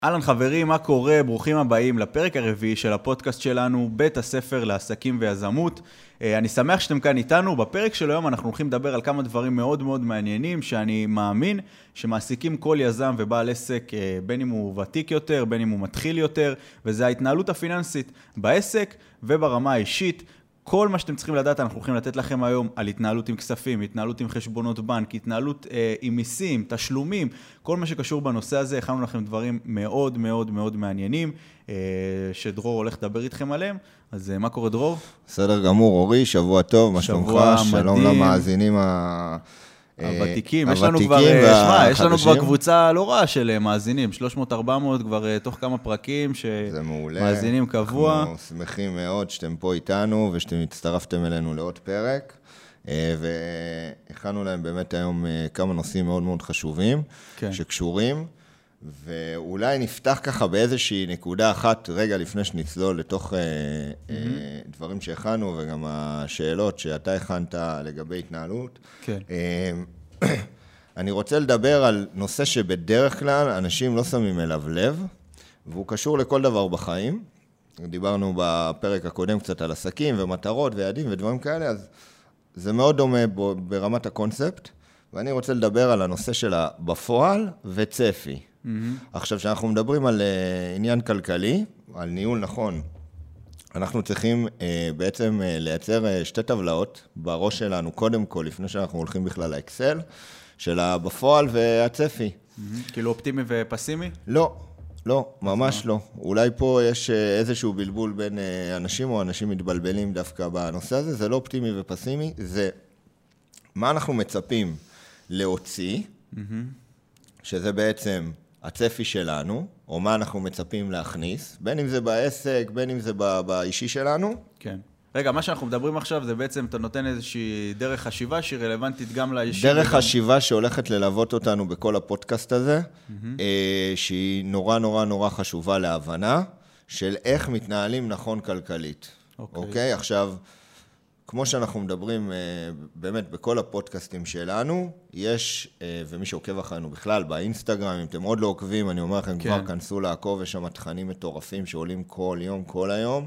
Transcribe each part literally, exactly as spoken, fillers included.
אהלן חברים, מה קורה? ברוכים הבאים לפרק הרביעי של הפודקאסט שלנו, בית הספר לעסקים ויזמות. אני שמח שאתם כאן איתנו. בפרק של היום אנחנו הולכים לדבר על כמה דברים מאוד מאוד מעניינים, שאני מאמין שמעסיקים כל יזם ובעל עסק, בין אם הוא ותיק יותר, בין אם הוא מתחיל יותר, וזה ההתנהלות הפיננסית בעסק וברמה האישית. כל מה שאתם צריכים לדעת אנחנו הולכים לתת לכם היום על התנהלות עם כספים, התנהלות עם חשבונות בנק, התנהלות אה, עם מיסים, תשלומים, כל מה שקשור בנושא הזה. הכנו לכם דברים מאוד מאוד מאוד מעניינים, אה, שדרור הולך לדבר איתכם עליהם. אז אה, מה קורה דרור? בסדר גמור, אורי, שבוע טוב, מה שלומך? שלום למאזינים ה... הוותיקים, יש לנו כבר, שמה, יש לנו כבר קבוצה לא רעה של מאזינים, שלוש מאות ארבע מאות כבר תוך כמה פרקים שמאזינים קבוע. אנחנו שמחים מאוד שאתם פה איתנו ושאתם הצטרפתם אלינו לעוד פרק, והכנו להם באמת היום כמה נושאים מאוד מאוד חשובים שקשורים, ואולי נפתח ככה באיזושהי נקודה אחת רגע לפני שנצלול לתוך דברים שהכנו וגם השאלות שאתה הכנת לגבי התנהלות. כן. אני רוצה לדבר על נושא שבדרך כלל אנשים לא שמים אליו לב, והוא קשור לכל דבר בחיים. דיברנו בפרק הקודם קצת על עסקים ומטרות ויעדים ודברים כאלה, אז זה מאוד דומה ברמת הקונספט, ואני רוצה לדבר על הנושא שלה בפועל וצפי. Mm-hmm. עכשיו, שאנחנו מדברים על uh, עניין כלכלי, על ניהול נכון, אנחנו צריכים uh, בעצם uh, לייצר uh, שתי טבלאות בראש שלנו, קודם כל, לפני שאנחנו הולכים בכלל לאקסל, של הבפועל והצפי. Mm-hmm. כאילו אופטימי ופסימי? לא, לא, ממש לא. אולי פה יש uh, איזשהו בלבול בין uh, אנשים, או אנשים מתבלבלים דווקא בנושא הזה, זה לא אופטימי ופסימי, זה מה אנחנו מצפים להוציא, mm-hmm. שזה בעצם הצפי שלנו, או מה אנחנו מצפים להכניס, בין אם זה בעסק, בין אם זה באישי שלנו. כן. רגע, מה שאנחנו מדברים עכשיו זה בעצם, אתה נותן איזושהי דרך חשיבה שהיא רלוונטית גם לאישי. דרך חשיבה שהולכת ללוות אותנו בכל הפודקאסט הזה, שהיא נורא נורא נורא חשובה להבנה, של איך מתנהלים נכון כלכלית. אוקיי? עכשיו, כמו שאנחנו מדברים באמת בכל הפודקאסטים שלנו, יש, ומי שעוקב אחרינו בכלל באינסטגרם, אם אתם עוד לא עוקבים, אני אומר לכם, כבר כנסו לעקוב, יש שם תכנים מטורפים שעולים כל יום, כל היום,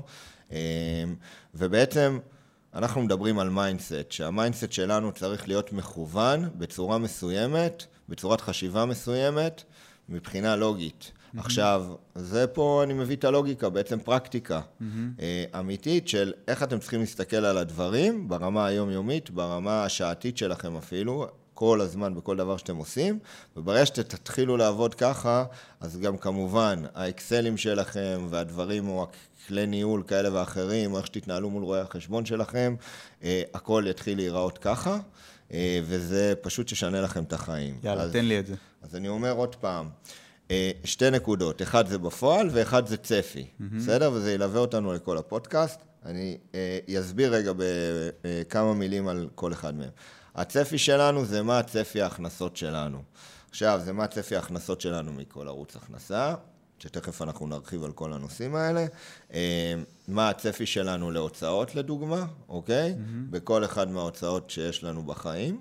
ובעצם אנחנו מדברים על מיינדסט, שהמיינדסט שלנו צריך להיות מכוון בצורה מסוימת, בצורת חשיבה מסוימת, מבחינה לוגית. Mm-hmm. עכשיו, זה פה אני מביא את הלוגיקה, בעצם פרקטיקה mm-hmm. אה, אמיתית של איך אתם צריכים להסתכל על הדברים, ברמה היומיומית, ברמה השעתית שלכם אפילו, כל הזמן בכל דבר שאתם עושים, וברגע שתתחילו לעבוד ככה, אז גם כמובן האקסלים שלכם והדברים או כלי ניהול כאלה ואחרים, או איך שתתנהלו מול רואי החשבון שלכם, אה, הכל יתחיל להיראות ככה, אה, וזה פשוט ששנה לכם את החיים. יאללה, אז, תן לי את זה. אז אני אומר עוד פעם, שתי נקודות, אחד זה בפועל ואחד זה צפי, mm-hmm. בסדר? וזה ילווה אותנו לכל הפודקאסט. אני אסביר רגע בכמה מילים על כל אחד מהם. הצפי שלנו זה מה הצפי ההכנסות שלנו. עכשיו, זה מה הצפי ההכנסות שלנו מכל ערוץ הכנסה, שתכף אנחנו נרחיב על כל הנושאים האלה. מה הצפי שלנו להוצאות לדוגמה, אוקיי? Mm-hmm. בכל אחד מההוצאות שיש לנו בחיים.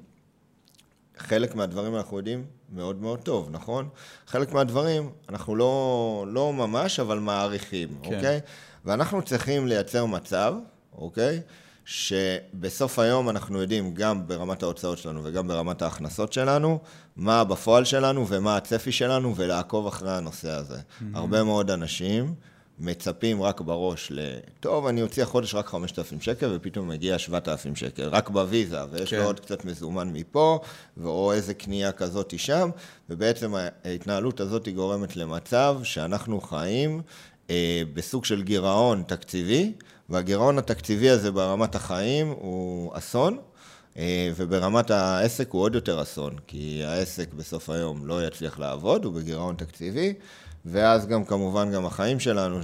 חלק מהדברים אנחנו יודעים מאוד מאוד טוב, נכון? חלק מהדברים אנחנו לא, לא ממש, אבל מעריכים, כן. אוקיי? ואנחנו צריכים לייצר מצב, אוקיי? שבסוף היום אנחנו יודעים גם ברמת ההוצאות שלנו וגם ברמת ההכנסות שלנו, מה בפועל שלנו ומה הצפי שלנו, ולעקוב אחרי הנושא הזה. Mm-hmm. הרבה מאוד אנשים מצפים רק בראש ל... טוב, אני אוציא החודש רק חמשת אלפים שקל, ופתאום מגיע שבעת אלפים שקל, רק בוויזה, ויש כן. לו עוד קצת מזומן מפה, או איזה קנייה כזאת שם, ובעצם ההתנהלות הזאת היא גורמת למצב שאנחנו חיים אה, בסוג של גירעון תקציבי, והגירעון התקציבי הזה ברמת החיים הוא אסון, אה, וברמת העסק הוא עוד יותר אסון, כי העסק בסוף היום לא יצליח לעבוד, הוא בגירעון תקציבי, ואז גם כמובן גם החיים שלנו,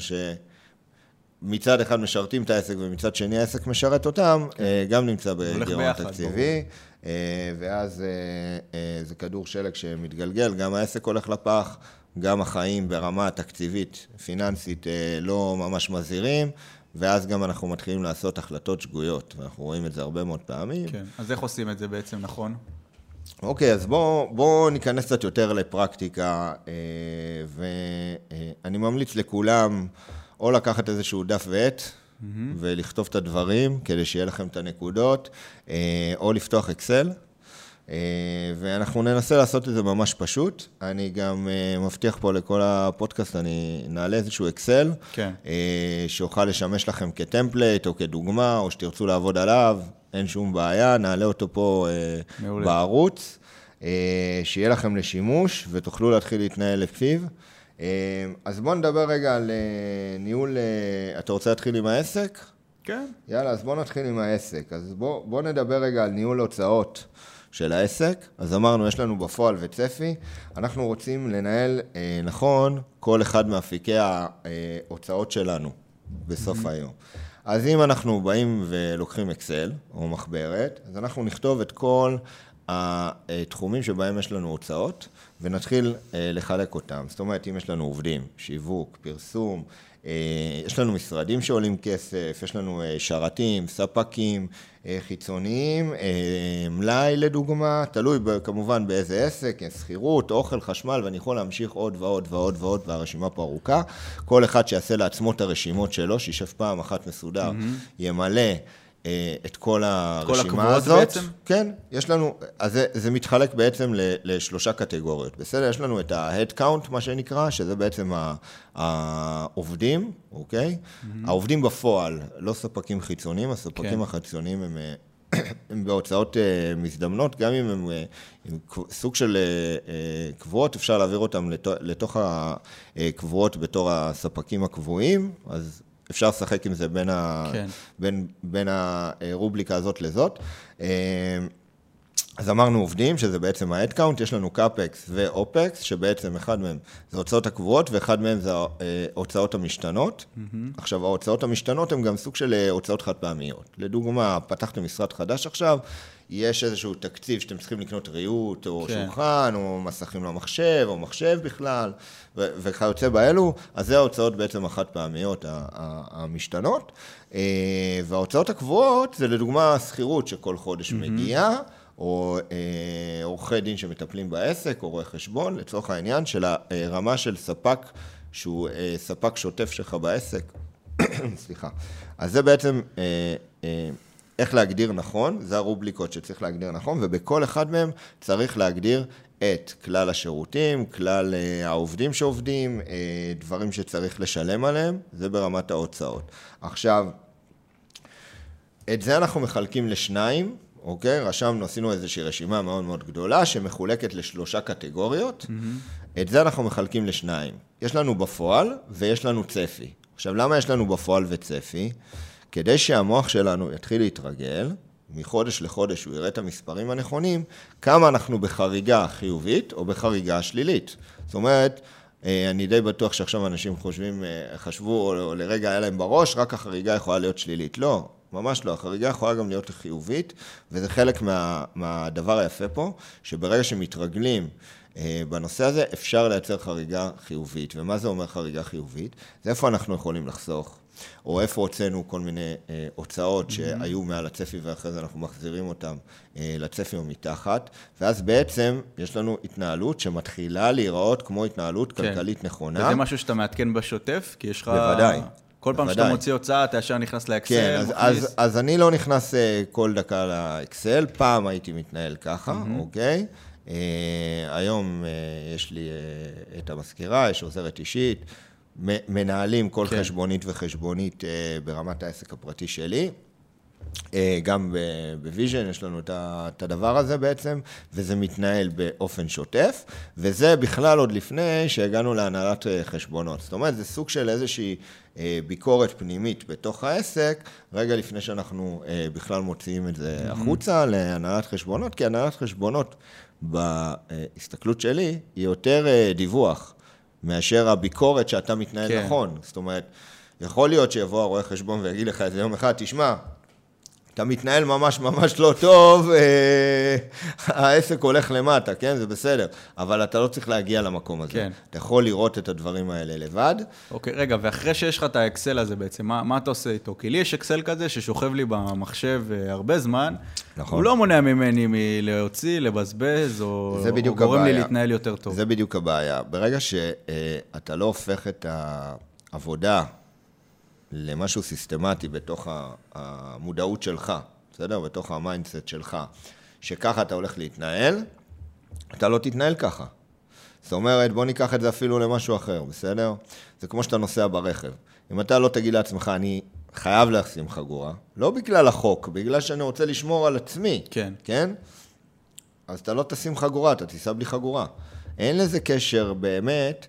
שמצד אחד משרתים את העסק ומצד שני העסק משרת אותם, גם נמצא בגירעון תקציבי, ואז זה כדור שלג שמתגלגל, גם העסק הולך לפח, גם החיים ברמה תקציבית, פיננסית, לא ממש מזהירים, ואז גם אנחנו מתחילים לעשות החלטות שגויות, ואנחנו רואים את זה הרבה מאוד פעמים. כן, אז איך עושים את זה בעצם נכון? אוקיי, אז בואו בוא ניכנס קצת יותר לפרקטיקה, ואני ממליץ לכולם או לקחת איזשהו דף ועט, mm-hmm. ולכתוב את הדברים כדי שיהיה לכם את הנקודות, או לפתוח אקסל, ואנחנו ננסה לעשות את זה ממש פשוט. אני גם מבטיח פה לכל הפודקאסט, אני נעלה איזשהו אקסל, כן. שיוכל לשמש לכם כטמפלייט או כדוגמה, או שתרצו לעבוד עליו, אין שום בעיה, נעלה אותו פה מעולה. בערוץ, שיהיה לכם לשימוש, ותוכלו להתחיל להתנהל לפיו. אז בואו נדבר רגע על ניהול, אתה רוצה להתחיל עם העסק? כן. יאללה, אז בואו נתחיל עם העסק. אז בואו בוא נדבר רגע על ניהול הוצאות של העסק. אז אמרנו, יש לנו בפועל וצפי, אנחנו רוצים לנהל נכון כל אחד מאפיקי ההוצאות שלנו בסוף היום. אז אם אנחנו באים ולוקחים אקסל או מחברת, אז אנחנו נכתוב את כל התחומים שבהם יש לנו הוצאות, ונתחיל לחלק אותם. זאת אומרת, אם יש לנו עובדים, שיווק, פרסום, יש לנו משרדים שעולים כסף, יש לנו שרתים, ספקים, חיצוניים, מלאי לדוגמה, תלוי כמובן באיזה עסק, שכירות, אוכל, חשמל, ואני יכול להמשיך עוד ועוד ועוד ועוד, והרשימה פה ארוכה. כל אחד שיעשה לעצמו את הרשימות שלו, שישב פעם אחת מסודר, mm-hmm. ימלא את כל הרשימה כל הזאת. בעצם? כן, יש לנו, אז זה, זה מתחלק בעצם לשלושה קטגוריות. בסדר, יש לנו את ה-head count, מה שנקרא, שזה בעצם העובדים, אוקיי? Mm-hmm. העובדים בפועל, לא ספקים חיצוניים, הספקים כן. החיצוניים הם, הם בהוצאות מזדמנות, גם אם הם, הם סוג של קבועות, אפשר להעביר אותם לתוך הקבועות בתור הספקים הקבועים, אז אפשר לשחק עם זה בין, ה... כן. בין, בין הרובליקה הזאת לזאת. אז אמרנו עובדים, שזה בעצם ה-headcount, יש לנו קאפקס ו-אופקס, שבעצם אחד מהם זה הוצאות הקבועות, ואחד מהם זה הוצאות המשתנות. Mm-hmm. עכשיו, ההוצאות המשתנות הן גם סוג של הוצאות חד פעמיות. לדוגמה, פתחתם משרד חדש עכשיו, יש איזשהו תקציב שאתם צריכים לקנות ריהוט, או כן. שולחן, או מסכים למחשב, או מחשב בכלל, ו- וכיוצא באלו, אז זה ההוצאות בעצם החד פעמיות המשתנות. וההוצאות הקבועות זה לדוגמה שכירות שכל חודש mm-hmm. מגיעה, או עורכי דין שמטפלים בעסק, או רואי חשבון, לצורך העניין של הרמה של ספק, שהוא ספק שוטף שלך בעסק. סליחה. אז זה בעצם איך להגדיר נכון, זה הרובליקות שצריך להגדיר נכון, ובכל אחד מהם צריך להגדיר את כלל השירותים, כלל העובדים שעובדים, דברים שצריך לשלם עליהם, זה ברמת ההוצאות. עכשיו, את זה אנחנו מחלקים לשניים, אוקיי? רשמנו, עשינו איזושהי רשימה מאוד מאוד גדולה, שמחולקת לשלושה קטגוריות. Mm-hmm. את זה אנחנו מחלקים לשניים. יש לנו בפועל ויש לנו צפי. עכשיו, למה יש לנו בפועל וצפי? כדי שהמוח שלנו יתחיל להתרגל, מחודש לחודש הוא יראה את המספרים הנכונים, כמה אנחנו בחריגה חיובית או בחריגה שלילית. זאת אומרת, אני די בטוח שעכשיו אנשים חושבים, חשבו או לרגע היה להם בראש, רק החריגה יכולה להיות שלילית. לא. ממש לא, החריגה יכולה גם להיות חיובית, וזה חלק מה, מהדבר היפה פה, שברגע שמתרגלים אה, בנושא הזה, אפשר לייצר חריגה חיובית. ומה זה אומר חריגה חיובית? זה איפה אנחנו יכולים לחסוך, או איפה הוצאנו כל מיני אה, הוצאות שהיו מעל הצפי, ואחרי זה אנחנו מחזירים אותם אה, לצפי או מתחת, ואז בעצם יש לנו התנהלות שמתחילה להיראות כמו התנהלות כן. כלכלית נכונה. וזה משהו שאתה מעדכן בשוטף? כי יש לך... בוודאי. כל פעם שאתה מוציא הוצאה, אתה ישר נכנס לאקסל. כן, אז, אז, אז אני לא נכנס כל דקה לאקסל, פעם הייתי מתנהל ככה, mm-hmm. אוקיי? Uh, היום uh, יש לי uh, את המזכירה, יש עוזרת אישית, מנהלים כל כן. חשבונית וחשבונית uh, ברמת העסק הפרטי שלי. גם בוויז'ן יש לנו את הדבר הזה בעצם, וזה מתנהל באופן שוטף, וזה בכלל עוד לפני שהגענו להנהלת חשבונות. זאת אומרת, זה סוג של איזושהי ביקורת פנימית בתוך העסק, רגע לפני שאנחנו בכלל מוציאים את זה החוצה להנהלת חשבונות, כי הנהלת חשבונות בהסתכלות שלי היא יותר דיווח מאשר הביקורת שאתה מתנהל כן. נכון. זאת אומרת, יכול להיות שיבוא הרואה חשבון ויגיד לך איזה יום אחד, תשמע, אתה מתנהל ממש ממש לא טוב, העסק הולך למטה, כן? זה בסדר. אבל אתה לא צריך להגיע למקום הזה. כן. אתה יכול לראות את הדברים האלה לבד. אוקיי, רגע, ואחרי שיש לך את האקסל הזה בעצם, מה, מה אתה עושה איתו? כי לי יש אקסל כזה ששוכב לי במחשב הרבה זמן, נכון. הוא לא מונע ממני מלהוציא, לבזבז, או, זה בדיוק או גורם הבעיה. לי להתנהל יותר טוב. זה בדיוק הבעיה. ברגע שאתה לא הופך את העבודה למשהו סיסטמטי בתוך המודעות שלך, בסדר? בתוך המיינדסט שלך, שככה אתה הולך להתנהל, אתה לא תתנהל ככה. זאת אומרת, בוא ניקח את זה אפילו למשהו אחר, בסדר? זה כמו שאתה נוסע ברכב. אם אתה לא תגיד לעצמך, אני חייב לשים חגורה, לא בגלל החוק, בגלל שאני רוצה לשמור על עצמי, כן. כן? אז אתה לא תשים חגורה, אתה תיסע בלי חגורה. אין לזה קשר באמת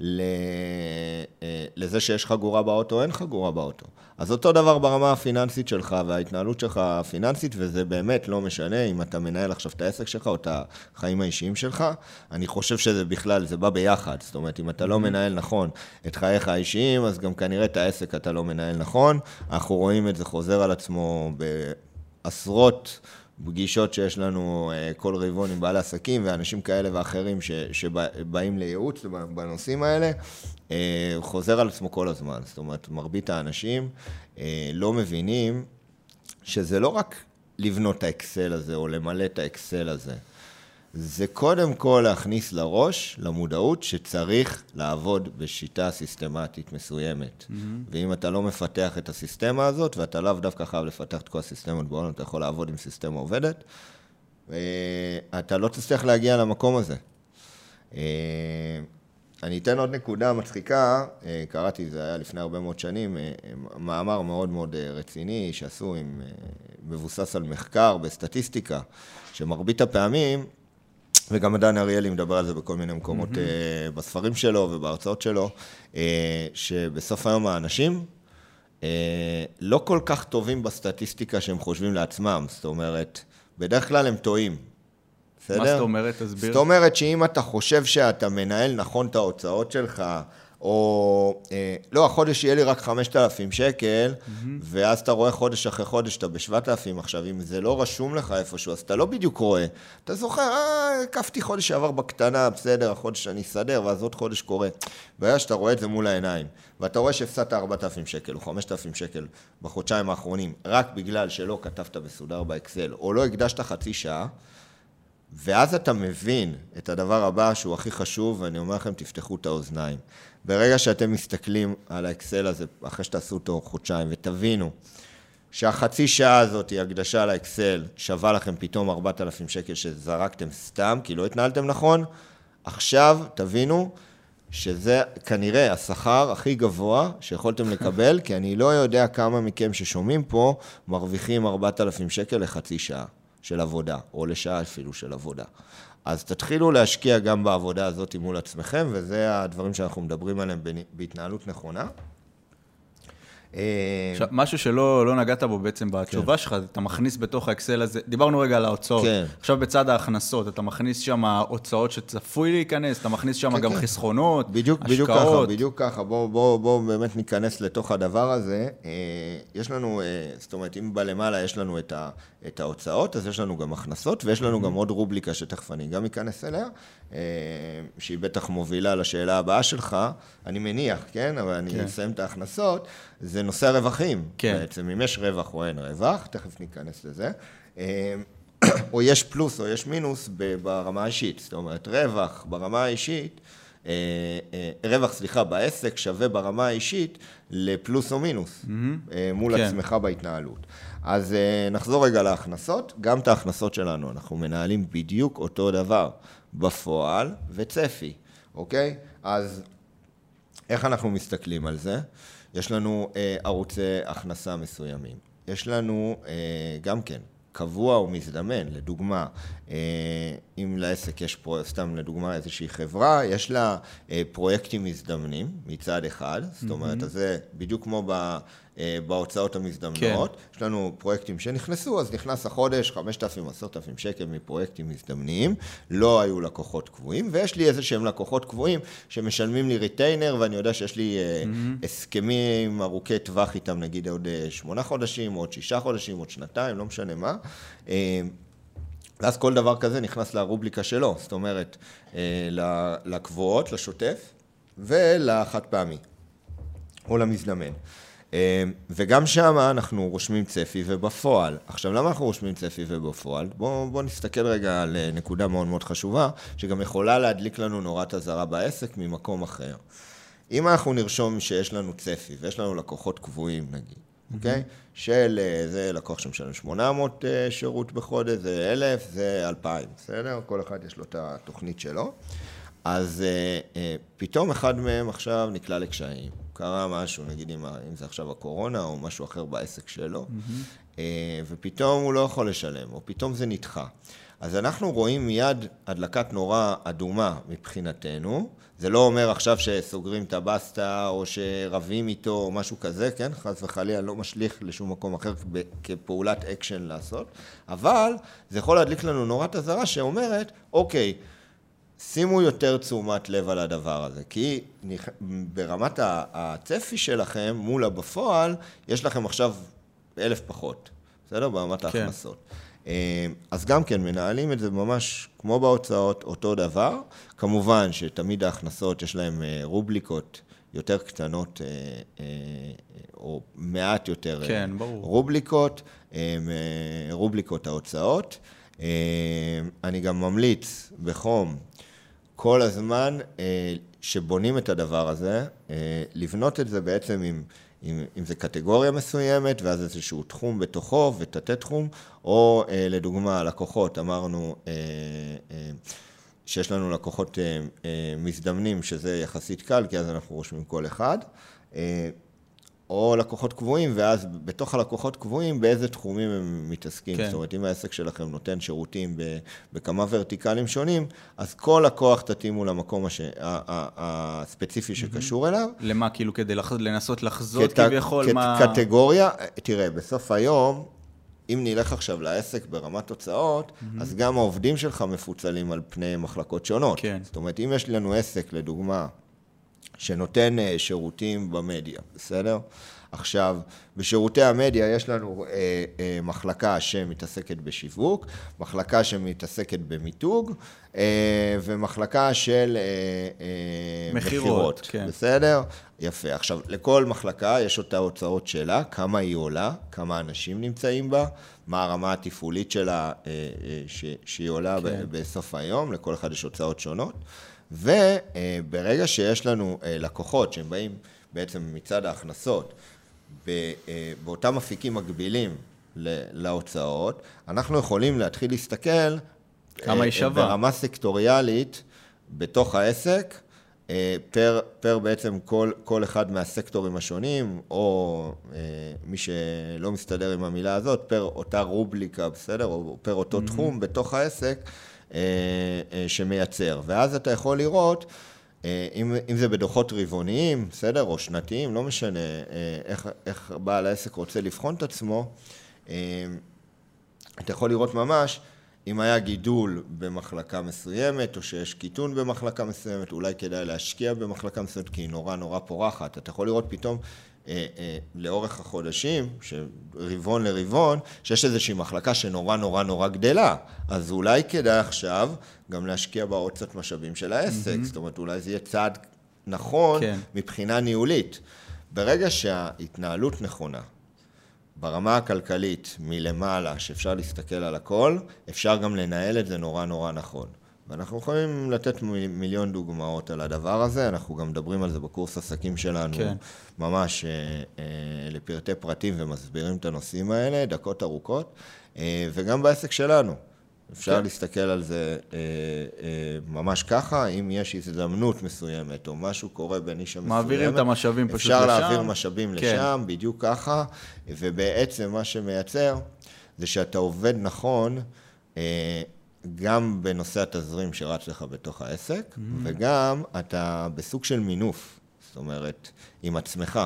לזה שיש חגורה באוטו, אין חגורה באוטו. אז אותו דבר ברמה הפיננסית שלך וההתנהלות שלך הפיננסית, וזה באמת לא משנה אם אתה מנהל עכשיו את העסק שלך או את החיים האישיים שלך. אני חושב שזה בכלל, זה בא ביחד. זאת אומרת, אם אתה לא מנהל נכון את חייך האישיים, אז גם כנראה את העסק אתה לא מנהל נכון. אנחנו רואים את זה חוזר על עצמו בעשרות פגישות שיש לנו כל רבעון עם בעלי עסקים ואנשים כאלה ואחרים שבאים לייעוץ בנושאים האלה, חוזר על עצמו כל הזמן. זאת אומרת, מרבית האנשים לא מבינים שזה לא רק לבנות את האקסל הזה או למלא את האקסל הזה. זה קודם כל להכניס לראש, למודעות, שצריך לעבוד בשיטה סיסטמטית מסוימת. Mm-hmm. ואם אתה לא מפתח את הסיסטמה הזאת, ואתה לאו דווקא חייב לפתח את כל הסיסטמות בעולם, אתה יכול לעבוד עם סיסטמה עובדת, אתה לא תצטרך להגיע למקום הזה. אני אתן עוד נקודה מצחיקה, קראתי, זה היה לפני הרבה מאוד שנים, מאמר מאוד מאוד רציני שעשו עם, מבוסס על מחקר בסטטיסטיקה, שמרבית הפעמים, וגם דן אריאלי מדבר על זה בכל מיני מקומות mm-hmm. בספרים שלו ובהרצאות שלו, שבסוף היום האנשים לא כל כך טובים בסטטיסטיקה שהם חושבים לעצמם, זאת אומרת, בדרך כלל הם טועים. בסדר? מה זאת אומרת? תסביר. זאת אומרת שאם אתה חושב שאתה מנהל נכון את ההוצאות שלך, או אה, לא, החודש יהיה לי רק חמשת אלפים שקל, mm-hmm. ואז אתה רואה חודש אחרי חודש, אתה בשבעת אלפים עכשיו, אם זה לא רשום לך איפשהו, אז אתה לא בדיוק רואה. אתה זוכר, אה, קפתי חודש שעבר בקטנה, בסדר, החודש אני אסדר, ואז עוד חודש קורה. והיה שאתה רואה את זה מול העיניים, ואתה רואה שהפסדת ארבעת אלפים שקל, או חמשת אלפים שקל בחודשיים האחרונים, רק בגלל שלא כתבת מסודר באקסל, או לא הקדשת חצי שעה, ואז אתה מבין את הדבר הבא שהוא הכי חשוב, ואני אומר לכם, תפתחו את האוזניים. ברגע שאתם מסתכלים על האקסל הזה, אחרי שתעשו אותו חודשיים, ותבינו שהחצי שעה הזאת היא הקדשה על האקסל, שווה לכם פתאום ארבעת אלפים שקל שזרקתם סתם, כי לא התנהלתם נכון, עכשיו תבינו שזה כנראה השכר הכי גבוה שיכולתם לקבל, כי אני לא יודע כמה מכם ששומעים פה, מרוויחים ארבעת אלפים שקל לחצי שעה של עבודה, או לשעה אפילו של עבודה. אז תתחילו להשקיע גם בעבודה הזאת מול עצמכם, וזה הדברים שאנחנו מדברים עליהם בהתנהלות נכונה. עכשיו, משהו שלא לא נגעת בו בעצם בתשובה שלך, אתה מכניס בתוך האקסל הזה, דיברנו רגע על ההוצאות, עכשיו בצד ההכנסות, אתה מכניס שם הוצאות שצפוי להיכנס, אתה מכניס שם גם חסכונות, השקעות. בדיוק ככה, בואו באמת ניכנס לתוך הדבר הזה. יש לנו, זאת אומרת, אם בלמעלה יש לנו את ההוצאות, אז יש לנו גם הכנסות, ויש לנו גם עוד רובליקה שתכף אני גם אכנס אליה, שהיא בטח מובילה לשאלה הבאה שלך, אני מניח, כן? אבל אני אסיים את ההכנסות, זה נושא הרווחים. כן. בעצם, אם יש רווח או אין רווח, תכף ניכנס לזה, או יש פלוס או יש מינוס ברמה האישית. זאת אומרת, רווח ברמה האישית, רווח, סליחה, בעסק שווה ברמה האישית לפלוס או מינוס, מול עצמך בהתנהלות. אז נחזור רגע להכנסות, גם את ההכנסות שלנו, אנחנו מנהלים בדיוק אותו דבר, בפועל וצפי, אוקיי? אז איך אנחנו מסתכלים על זה? יש לנו אה, ערוצי הכנסה מסוימים. יש לנו אה, גם כן קבוע ומזדמן, לדוגמה, אה, אם לעסק יש פה, סתם לדוגמה איזושהי חברה, יש לה אה, פרויקטים מזדמנים מצד אחד, זאת אומרת, mm-hmm. אז זה בדיוק כמו בהוצאות המזדמנות. כן. יש לנו פרויקטים שנכנסו, אז נכנס החודש חמשת אלפים, עשרת אלפים שקל מפרויקטים מזדמנים, לא היו לקוחות קבועים, ויש לי איזה שהם לקוחות קבועים שמשלמים לי ריטיינר, ואני יודע שיש לי mm-hmm. הסכמים ארוכי טווח איתם, נגיד עוד שמונה חודשים, עוד שישה חודשים, עוד שנתיים, לא משנה מה. ואז כל דבר כזה נכנס לרובליקה שלו, זאת אומרת, לקבועות, לשוטף, ולחד פעמי, או למזדמן. וגם שם אנחנו רושמים צפי ובפועל. עכשיו, למה אנחנו רושמים צפי ובפועל? בואו בוא נסתכל רגע על נקודה מאוד מאוד חשובה, שגם יכולה להדליק לנו נורת אזהרה בעסק ממקום אחר. אם אנחנו נרשום שיש לנו צפי, ויש לנו לקוחות קבועים, נגיד, אוקיי? של זה לקוח שמשלם שמונה מאות שירות בחודש, זה אלף, זה אלפיים, בסדר? כל אחד יש לו את התוכנית שלו. אז פתאום אחד מהם עכשיו נקלע לקשיים. קרה משהו, נגיד אם זה עכשיו הקורונה או משהו אחר בעסק שלו, ופתאום הוא לא יכול לשלם, או פתאום זה נדחה. אז אנחנו רואים מיד הדלקת נורה אדומה מבחינתנו, זה לא אומר עכשיו שסוגרים את הבסטה או שרבים איתו או משהו כזה, כן? חס וחלילה לא משליך לשום מקום אחר כפעולת אקשן לעשות, אבל זה יכול להדליק לנו נורת אזהרה שאומרת, אוקיי, שימו יותר תשומת לב על הדבר הזה, כי ברמת הצפי שלכם מול הבפועל, יש לכם עכשיו אלף פחות, בסדר? ברמת ההכנסות. אז גם כן מנהלים את זה ממש כמו בהוצאות, אותו דבר. כמובן שתמיד ההכנסות יש להם רובליקות יותר קטנות, או מעט יותר כן, ברור. רובליקות, רובליקות ההוצאות. אני גם ממליץ בחום כל הזמן שבונים את הדבר הזה, לבנות את זה בעצם עם, עם, עם זה קטגוריה מסוימת, ואז איזשהו תחום בתוכו ותתי תחום, או לדוגמה לקוחות, אמרנו שיש לנו לקוחות מזדמנים, שזה יחסית קל, כי אז אנחנו רושמים כל אחד, או לקוחות קבועים, ואז בתוך הלקוחות קבועים, באיזה תחומים הם מתעסקים. כן. זאת אומרת, אם העסק שלכם נותן שירותים בכמה ורטיקלים שונים, אז כל לקוח תתאימו למקום הש... הספציפי שקשור אליו. למה? כאילו כדי לנסות לחזות כת... כביכול כת... מה... קטגוריה, תראה, בסוף היום, אם נלך עכשיו לעסק ברמת תוצאות, mm-hmm. אז גם העובדים שלך מפוצלים על פני מחלקות שונות. כן. זאת אומרת, אם יש לנו עסק, לדוגמה, שנותן שירותים במדיה, בסדר? עכשיו, בשירותי המדיה יש לנו אה, אה, מחלקה שמתעסקת בשיווק, מחלקה שמתעסקת במיתוג, אה, ומחלקה של אה, אה, מחירות, כן. בסדר? יפה. עכשיו, לכל מחלקה יש אותה הוצאות שלה, כמה היא עולה, כמה אנשים נמצאים בה, מה הרמה התפעולית שלה אה, אה, ש, שהיא עולה כן. בסוף היום, לכל אחד יש הוצאות שונות. וברגע שיש לנו לקוחות שהם באים בעצם מצד ההכנסות באותם אפיקים מקבילים להוצאות, אנחנו יכולים להתחיל להסתכל כמה היא שווה ברמה סקטוריאלית בתוך העסק, פר, פר בעצם כל, כל אחד מהסקטורים השונים, או מי שלא מסתדר עם המילה הזאת, פר אותה רובליקה, בסדר? או פר אותו mm-hmm. תחום בתוך העסק, שמייצר. ואז אתה יכול לראות, אם, אם זה בדוחות רבעוניים, בסדר, או שנתיים, לא משנה איך, איך בעל העסק רוצה לבחון את עצמו, אתה יכול לראות ממש, אם היה גידול במחלקה מסוימת, או שיש קיטון במחלקה מסוימת, אולי כדאי להשקיע במחלקה מסוימת, כי היא נורא נורא פורחת. אתה יכול לראות פתאום, אה, אה, לאורך החודשים, רבעון לרבעון, שיש איזושהי מחלקה שנורא נורא נורא גדלה. אז אולי כדאי עכשיו גם להשקיע בה עוד קצת משאבים של העסק. Mm-hmm. זאת אומרת, אולי זה יהיה צעד נכון כן. מבחינה ניהולית. ברגע שההתנהלות נכונה, ברמה הכלכלית מלמעלה, שאפשר להסתכל על הכל, אפשר גם לנהל את זה נורא נורא נכון. ואנחנו יכולים לתת מיליון דוגמאות על הדבר הזה, אנחנו גם מדברים על זה בקורס עסקים שלנו, כן. ממש אה, אה, לפרטי פרטים ומסבירים את הנושאים האלה, דקות ארוכות, אה, וגם בעסק שלנו. אפשר כן. להסתכל על זה אה, אה, ממש ככה, אם יש הזדמנות מסוימת או משהו קורה בנישה מסוימת. מעבירים את המשאבים פשוט לשם. אפשר להעביר משאבים כן. לשם, בדיוק ככה, ובעצם מה שמייצר זה שאתה עובד נכון, אה, גם בנושא התזרים שרץ לך בתוך העסק, mm-hmm. וגם אתה בסוג של מינוף, זאת אומרת, עם עצמך.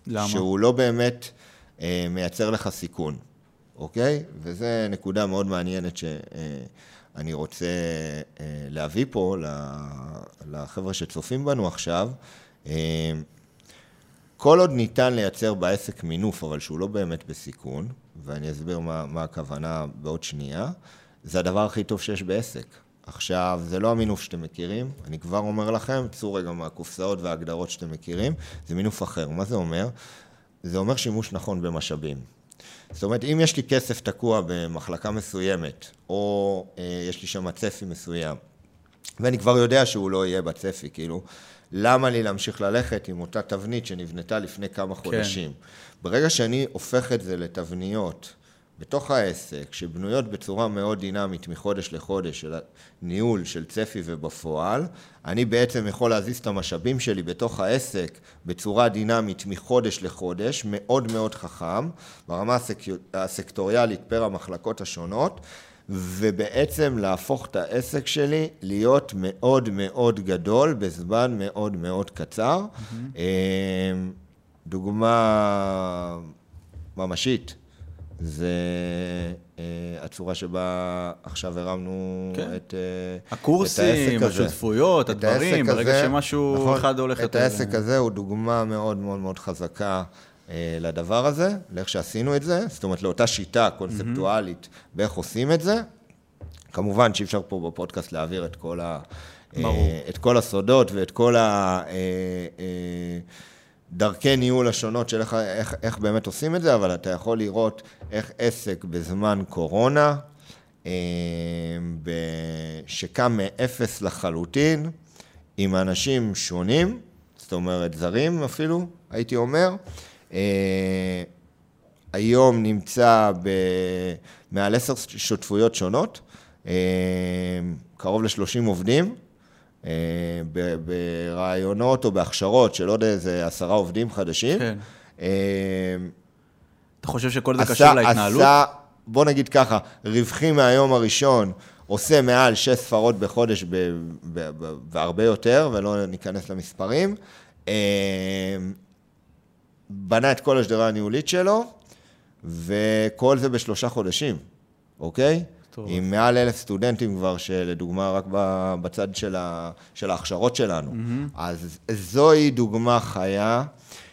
למה? שהוא לא באמת אה, מייצר לך סיכון, אוקיי? וזה נקודה מאוד מעניינת שאני רוצה אה, להביא פה לחבר'ה שצופים בנו עכשיו. אה, כל עוד ניתן לייצר בעסק מינוף, אבל שהוא לא באמת בסיכון, ואני אסביר מה, מה הכוונה בעוד שנייה, זה הדבר הכי טוב שיש בעסק. עכשיו, זה לא המינוף שאתם מכירים, אני כבר אומר לכם, צאו רגע מהקופסאות וההגדרות שאתם מכירים, זה מינוף אחר. מה זה אומר? זה אומר שימוש נכון במשאבים. זאת אומרת, אם יש לי כסף תקוע במחלקה מסוימת, או אה, יש לי שם צפי מסוים, ואני כבר יודע שהוא לא יהיה בצפי, כאילו, למה לי להמשיך ללכת עם אותה תבנית שנבנתה לפני כמה חודשים? כן. ברגע שאני הופך את זה לתבניות בתוך העסק, שבנויות בצורה מאוד דינמית מחודש לחודש, של ניהול של צפי ובפועל, אני בעצם יכול להזיז את המשאבים שלי בתוך העסק בצורה דינמית מחודש לחודש, מאוד מאוד חכם, ברמה הסקטוריאלית פר המחלקות השונות, ובעצם להפוך את העסק שלי להיות מאוד מאוד גדול בזמן מאוד מאוד קצר. Mm-hmm. דוגמה ממשית, זה הצורה שבה עכשיו הרמנו כן. את, הקורסים, השותפויות, הדברים, ברגע הזה, שמשהו נכון, אחד הולך את העסק הזה הוא דוגמה מאוד מאוד מאוד חזקה לדבר הזה, לאיך שעשינו את זה, זאת אומרת לאותה שיטה קונספטואלית mm-hmm. באיך עושים את זה. כמובן שאי אפשר פה בפודקאסט להעביר את כל, ה, את כל הסודות ואת כל הדרכי ניהול השונות של איך, איך, איך באמת עושים את זה, אבל אתה יכול לראות איך עסק בזמן קורונה, שקם מאפס לחלוטין, עם אנשים שונים, זאת אומרת זרים אפילו, הייתי אומר, היום נמצא במעל עשר שותפויות שונות, קרוב ל-שלושים עובדים, ברעיונות או בהכשרות של עוד איזה עשרה עובדים חדשים. כן. אתה חושב שכל זה קשור להתנהלות? עשה, בוא נגיד ככה, רווחים מהיום הראשון, עושה מעל שש ספרות בחודש והרבה יותר, ולא ניכנס למספרים. בנה את כל השדרה הניהולית שלו, וכל זה בשלושה חודשים, אוקיי? טוב. עם מעל אלף סטודנטים כבר, שלדוגמה רק בצד של, ה, של ההכשרות שלנו. Mm-hmm. אז זוהי דוגמה חיה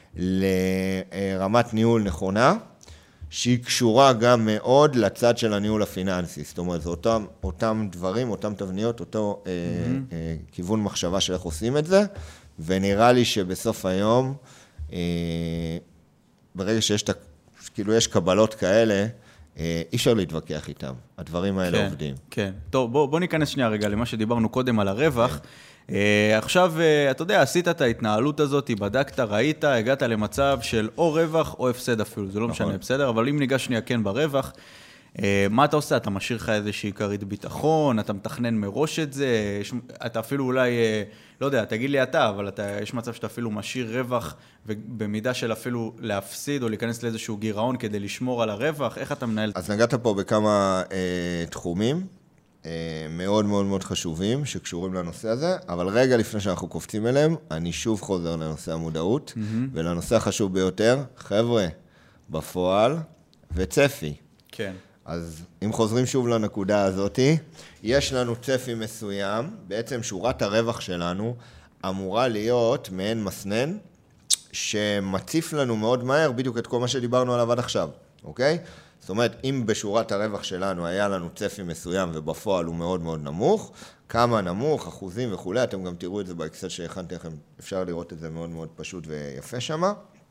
לרמת ניהול נכונה, שהיא קשורה גם מאוד לצד של הניהול הפיננסי. זאת אומרת, זה אותם, אותם דברים, אותם תבניות, אותו mm-hmm. אה, אה, כיוון מחשבה של איך עושים את זה, ונראה לי שבסוף היום, אה, ברגע שיש, כאילו יש קבלות כאלה, אי אפשר להתווכח איתם, הדברים האלה כן, עובדים. כן, טוב, בוא, בוא ניכנס שנייה רגע למה שדיברנו קודם על הרווח. כן. Uh, עכשיו, uh, אתה יודע, עשית את ההתנהלות הזאת, בדקת, ראית, הגעת למצב של או רווח או הפסד אפילו, זה לא נכון. משנה, בסדר? אבל אם ניגש שנייה כן ברווח, uh, מה אתה עושה? אתה משאיר לך איזושהי כרית ביטחון, אתה מתכנן מראש את זה, יש, אתה אפילו אולי, uh, לא יודע, תגיד לי אתה, אבל אתה, יש מצב שאתה אפילו משאיר רווח, ובמידה של אפילו להפסיד או להיכנס לאיזשהו גירעון כדי לשמור על הרווח, איך אתה מנהל? אז נגעת פה בכמה אה, תחומים אה, מאוד מאוד מאוד חשובים שקשורים לנושא הזה, אבל רגע לפני שאנחנו קופצים אליהם, אני שוב חוזר לנושא המודעות, mm-hmm. ולנושא החשוב ביותר, חבר'ה, בפועל וצפי. כן. אז אם חוזרים שוב לנקודה הזאת, יש לנו צפי מסוים, בעצם שורת הרווח שלנו אמורה להיות מעין מסנן, שמציף לנו מאוד מהר בדיוק את כל מה שדיברנו עליו עד עכשיו, אוקיי? זאת אומרת, אם בשורת הרווח שלנו היה לנו צפי מסוים ובפועל הוא מאוד מאוד נמוך, כמה נמוך, אחוזים וכו', אתם גם תראו את זה באקסל שהכנתי לכם, אפשר לראות את זה מאוד מאוד פשוט ויפה שם.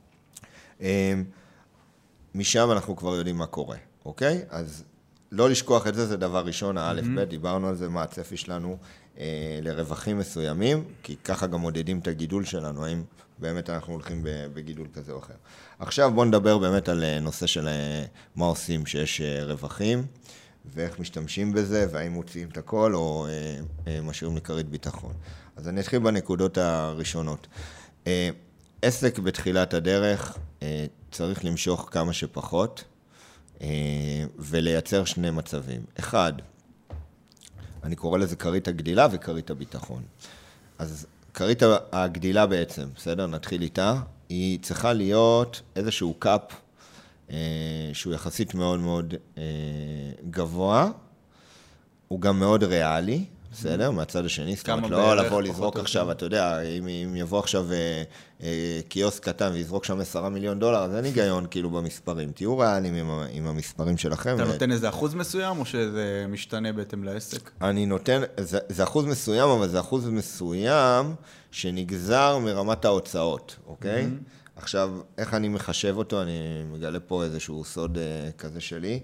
משם אנחנו כבר יודעים מה קורה, אוקיי? אז לא לשכוח את זה, זה דבר ראשון, האלף ב', דיברנו על זה, מה הצפי שלנו אה, לרווחים מסוימים, כי ככה גם מודדים את הגידול שלנו, האם באמת אנחנו הולכים בגידול כזה או אחר. עכשיו בואו נדבר באמת על נושא של מה עושים שיש רווחים, ואיך משתמשים בזה, והאם מוציאים את הכל, או אה, אה, משאירים לכרית ביטחון. אז אני אתחיל בנקודות הראשונות. אה, עסק בתחילת הדרך אה, צריך למשוך כמה שפחות, ולייצר שני מצבים. אחד, אני קורא לזה כרית הגדילה וכרית הביטחון. אז כרית הגדילה בעצם, בסדר? נתחיל איתה. היא צריכה להיות איזשהו קאפ, שהוא יחסית מאוד מאוד גבוה, הוא גם מאוד ריאלי, בסדר? מהצד השני, זאת אומרת, לא לבוא לזרוק עכשיו, אתה יודע, אם יבוא עכשיו קיוסק קטן ויזרוק שם עשרה מיליון דולר, אז אין היגיון כאילו במספרים. תהיו ריאליים עם המספרים שלכם. אתה נותן איזה אחוז מסוים, או שזה משתנה בהתאם לעסק? אני נותן, זה אחוז מסוים, אבל זה אחוז מסוים שנגזר מרמת ההוצאות, אוקיי? עכשיו, איך אני מחשב אותו? אני מגלה פה איזשהו סוד כזה שלי,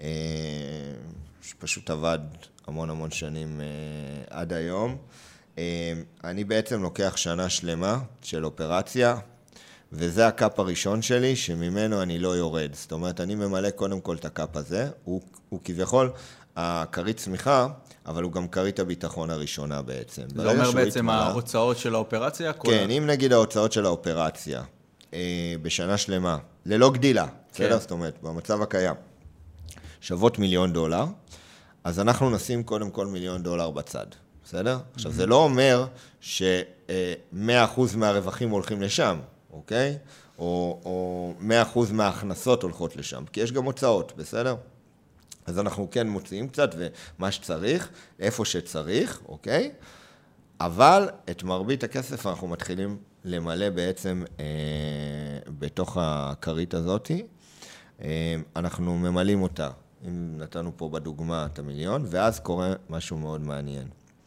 שפשוט עבד המון המון שנים עד היום. אני בעצם לוקח שנה שלמה של אופרציה, וזה הקאפ הראשון שלי, שממנו אני לא יורד. זאת אומרת, אני ממלא קודם כל את הקאפ הזה, הוא, הוא כביכול הכרית צמיחה, אבל הוא גם כרית הביטחון הראשונה בעצם. זה אומר בעצם התמלה, ההוצאות של האופרציה? כן, אם נגיד ההוצאות של האופרציה, בשנה שלמה, ללא גדילה, בסדר? זאת אומרת, במצב הקיים, שוות מיליון דולר, אז אנחנו נשים קודם כל מיליון דולר בצד, בסדר? עכשיו, זה לא אומר ש-מאה אחוז מהרווחים הולכים לשם, אוקיי? או, או מאה אחוז מההכנסות הולכות לשם, כי יש גם הוצאות, בסדר? אז אנחנו כן מוציאים קצת, ומה שצריך, איפה שצריך, אוקיי? אבל את מרבית הכסף אנחנו מתחילים למלא בעצם אה, בתוך הכרית הזאת. אה, אנחנו ממלאים אותה, אם נתנו פה בדוגמה את המיליון, ואז קורה משהו מאוד מעניין.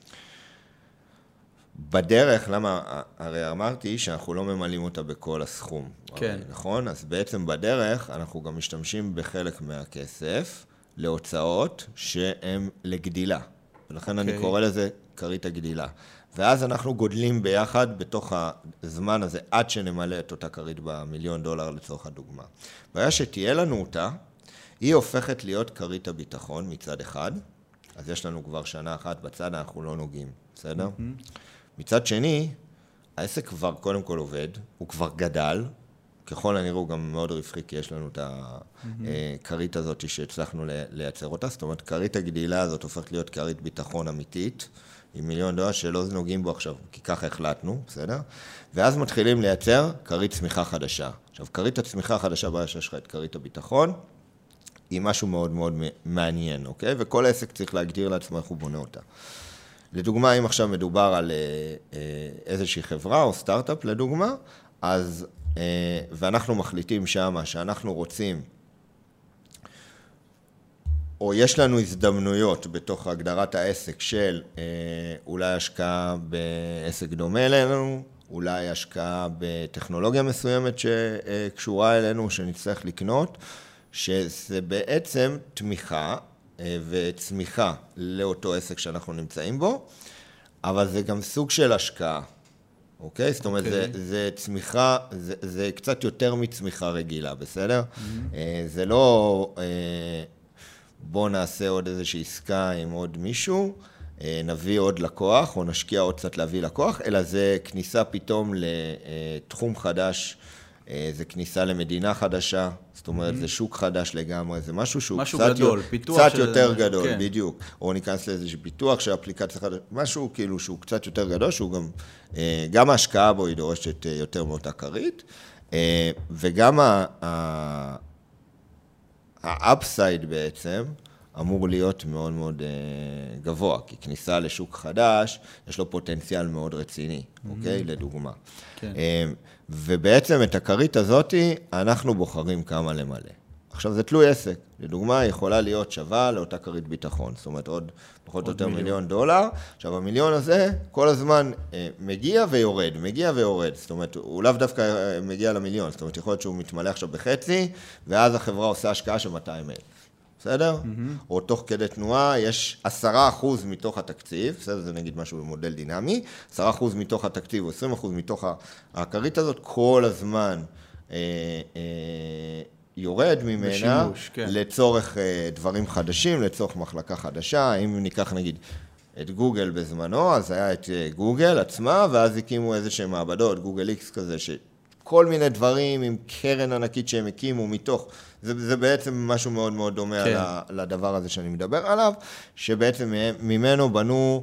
בדרך, למה, הרי אמרתי שאנחנו לא ממלאים אותה בכל הסכום. כן. נכון? אז בעצם בדרך אנחנו גם משתמשים בחלק מהכסף להוצאות שהן לגדילה. ולכן okay. אני קורא לזה כרית הגדילה. ואז אנחנו גודלים ביחד בתוך הזמן הזה, עד שנמלא את אותה כרית במיליון דולר לצורך הדוגמה. בעיה שתהיה לנו אותה, היא הופכת להיות כרית הביטחון מצד אחד, אז יש לנו כבר שנה אחת בצד, אנחנו לא נוגעים, בסדר? Mm-hmm. מצד שני, העסק כבר קודם כל עובד, הוא כבר גדל, ככל הנראה הוא גם מאוד רווחי, כי יש לנו את הכרית הזאת שהצלחנו לייצר אותה, זאת אומרת, כרית הגדילה הזאת הופכת להיות כרית ביטחון אמיתית, עם מיליון דולר שלא נוגעים בו עכשיו, כי ככה החלטנו, בסדר? ואז מתחילים לייצר כרית צמיחה חדשה. עכשיו, כרית הצמיחה החדשה, בעיה שיש לך את כרית הביטחון, היא משהו מאוד מאוד מעניין, אוקיי? וכל עסק צריך להגדיר לעצמו איך הוא בונה אותה. לדוגמה, אם עכשיו מדובר על איזושהי חברה או סטארט-אפ, לדוגמה, אז, ואנחנו מחליטים שמה שאנחנו רוצים, או יש לנו הזדמנויות בתוך הגדרת העסק של אולי השקעה בעסק דומה אלינו, אולי השקעה בטכנולוגיה מסוימת שקשורה אלינו, שנצטרך לקנות, שזה בעצם תמיכה וצמיחה לאותו עסק שאנחנו נמצאים בו, אבל זה גם סוג של השקעה, אוקיי? זאת אומרת, okay. זה, זה צמיחה, זה, זה קצת יותר מצמיחה רגילה, בסדר? Mm-hmm. זה לא בוא נעשה עוד איזושהי עסקה עם עוד מישהו, נביא עוד לקוח, או נשקיע עוד קצת להביא לקוח, אלא זה כניסה פתאום לתחום חדש, זה כניסה למדינה חדשה, זאת אומרת, mm-hmm. זה שוק חדש לגמרי, זה משהו שהוא משהו קצת, גדול, יותר, פיתוח קצת של... יותר גדול, כן. בדיוק. או ניכנס לאיזשהו פיתוח של אפליקציה חדשה, משהו כאילו שהוא קצת יותר גדול, שהוא גם, גם ההשקעה בו היא דורשת יותר מאותה כרית, וגם האפסייד בעצם אמור להיות מאוד מאוד גבוה, כי כניסה לשוק חדש, יש לו פוטנציאל מאוד רציני, mm-hmm. אוקיי? לדוגמה. כן. ובעצם את הכרית הזאת אנחנו בוחרים כמה למלא. עכשיו זה תלוי עסק. לדוגמה, יכולה להיות שווה לאותה כרית ביטחון. זאת אומרת, עוד פחות או יותר מיליון. מיליון דולר. עכשיו, המיליון הזה כל הזמן אה, מגיע ויורד, מגיע ויורד. זאת אומרת, הוא לאו דווקא אה, מגיע למיליון. זאת אומרת, יכול להיות שהוא מתמלא עכשיו בחצי, ואז החברה עושה השקעה של מאתיים אלף. בסדר? Mm-hmm. או תוך כדי תנועה יש עשרה אחוז מתוך התקציב, בסדר? זה נגיד משהו במודל דינמי, עשרה אחוז מתוך התקציב או עשרים אחוז מתוך הכרית הזאת, כל הזמן אה, אה, יורד ממנה בשימוש, כן. לצורך אה, דברים חדשים, לצורך מחלקה חדשה. אם ניקח נגיד את גוגל בזמנו, אז היה את גוגל עצמה, ואז הקימו איזה שהם מעבדות, גוגל איקס כזה, שכל מיני דברים עם קרן ענקית שהם הקימו מתוך... זה, זה בעצם משהו מאוד מאוד דומה כן. לדבר הזה שאני מדבר עליו, שבעצם ממנו בנו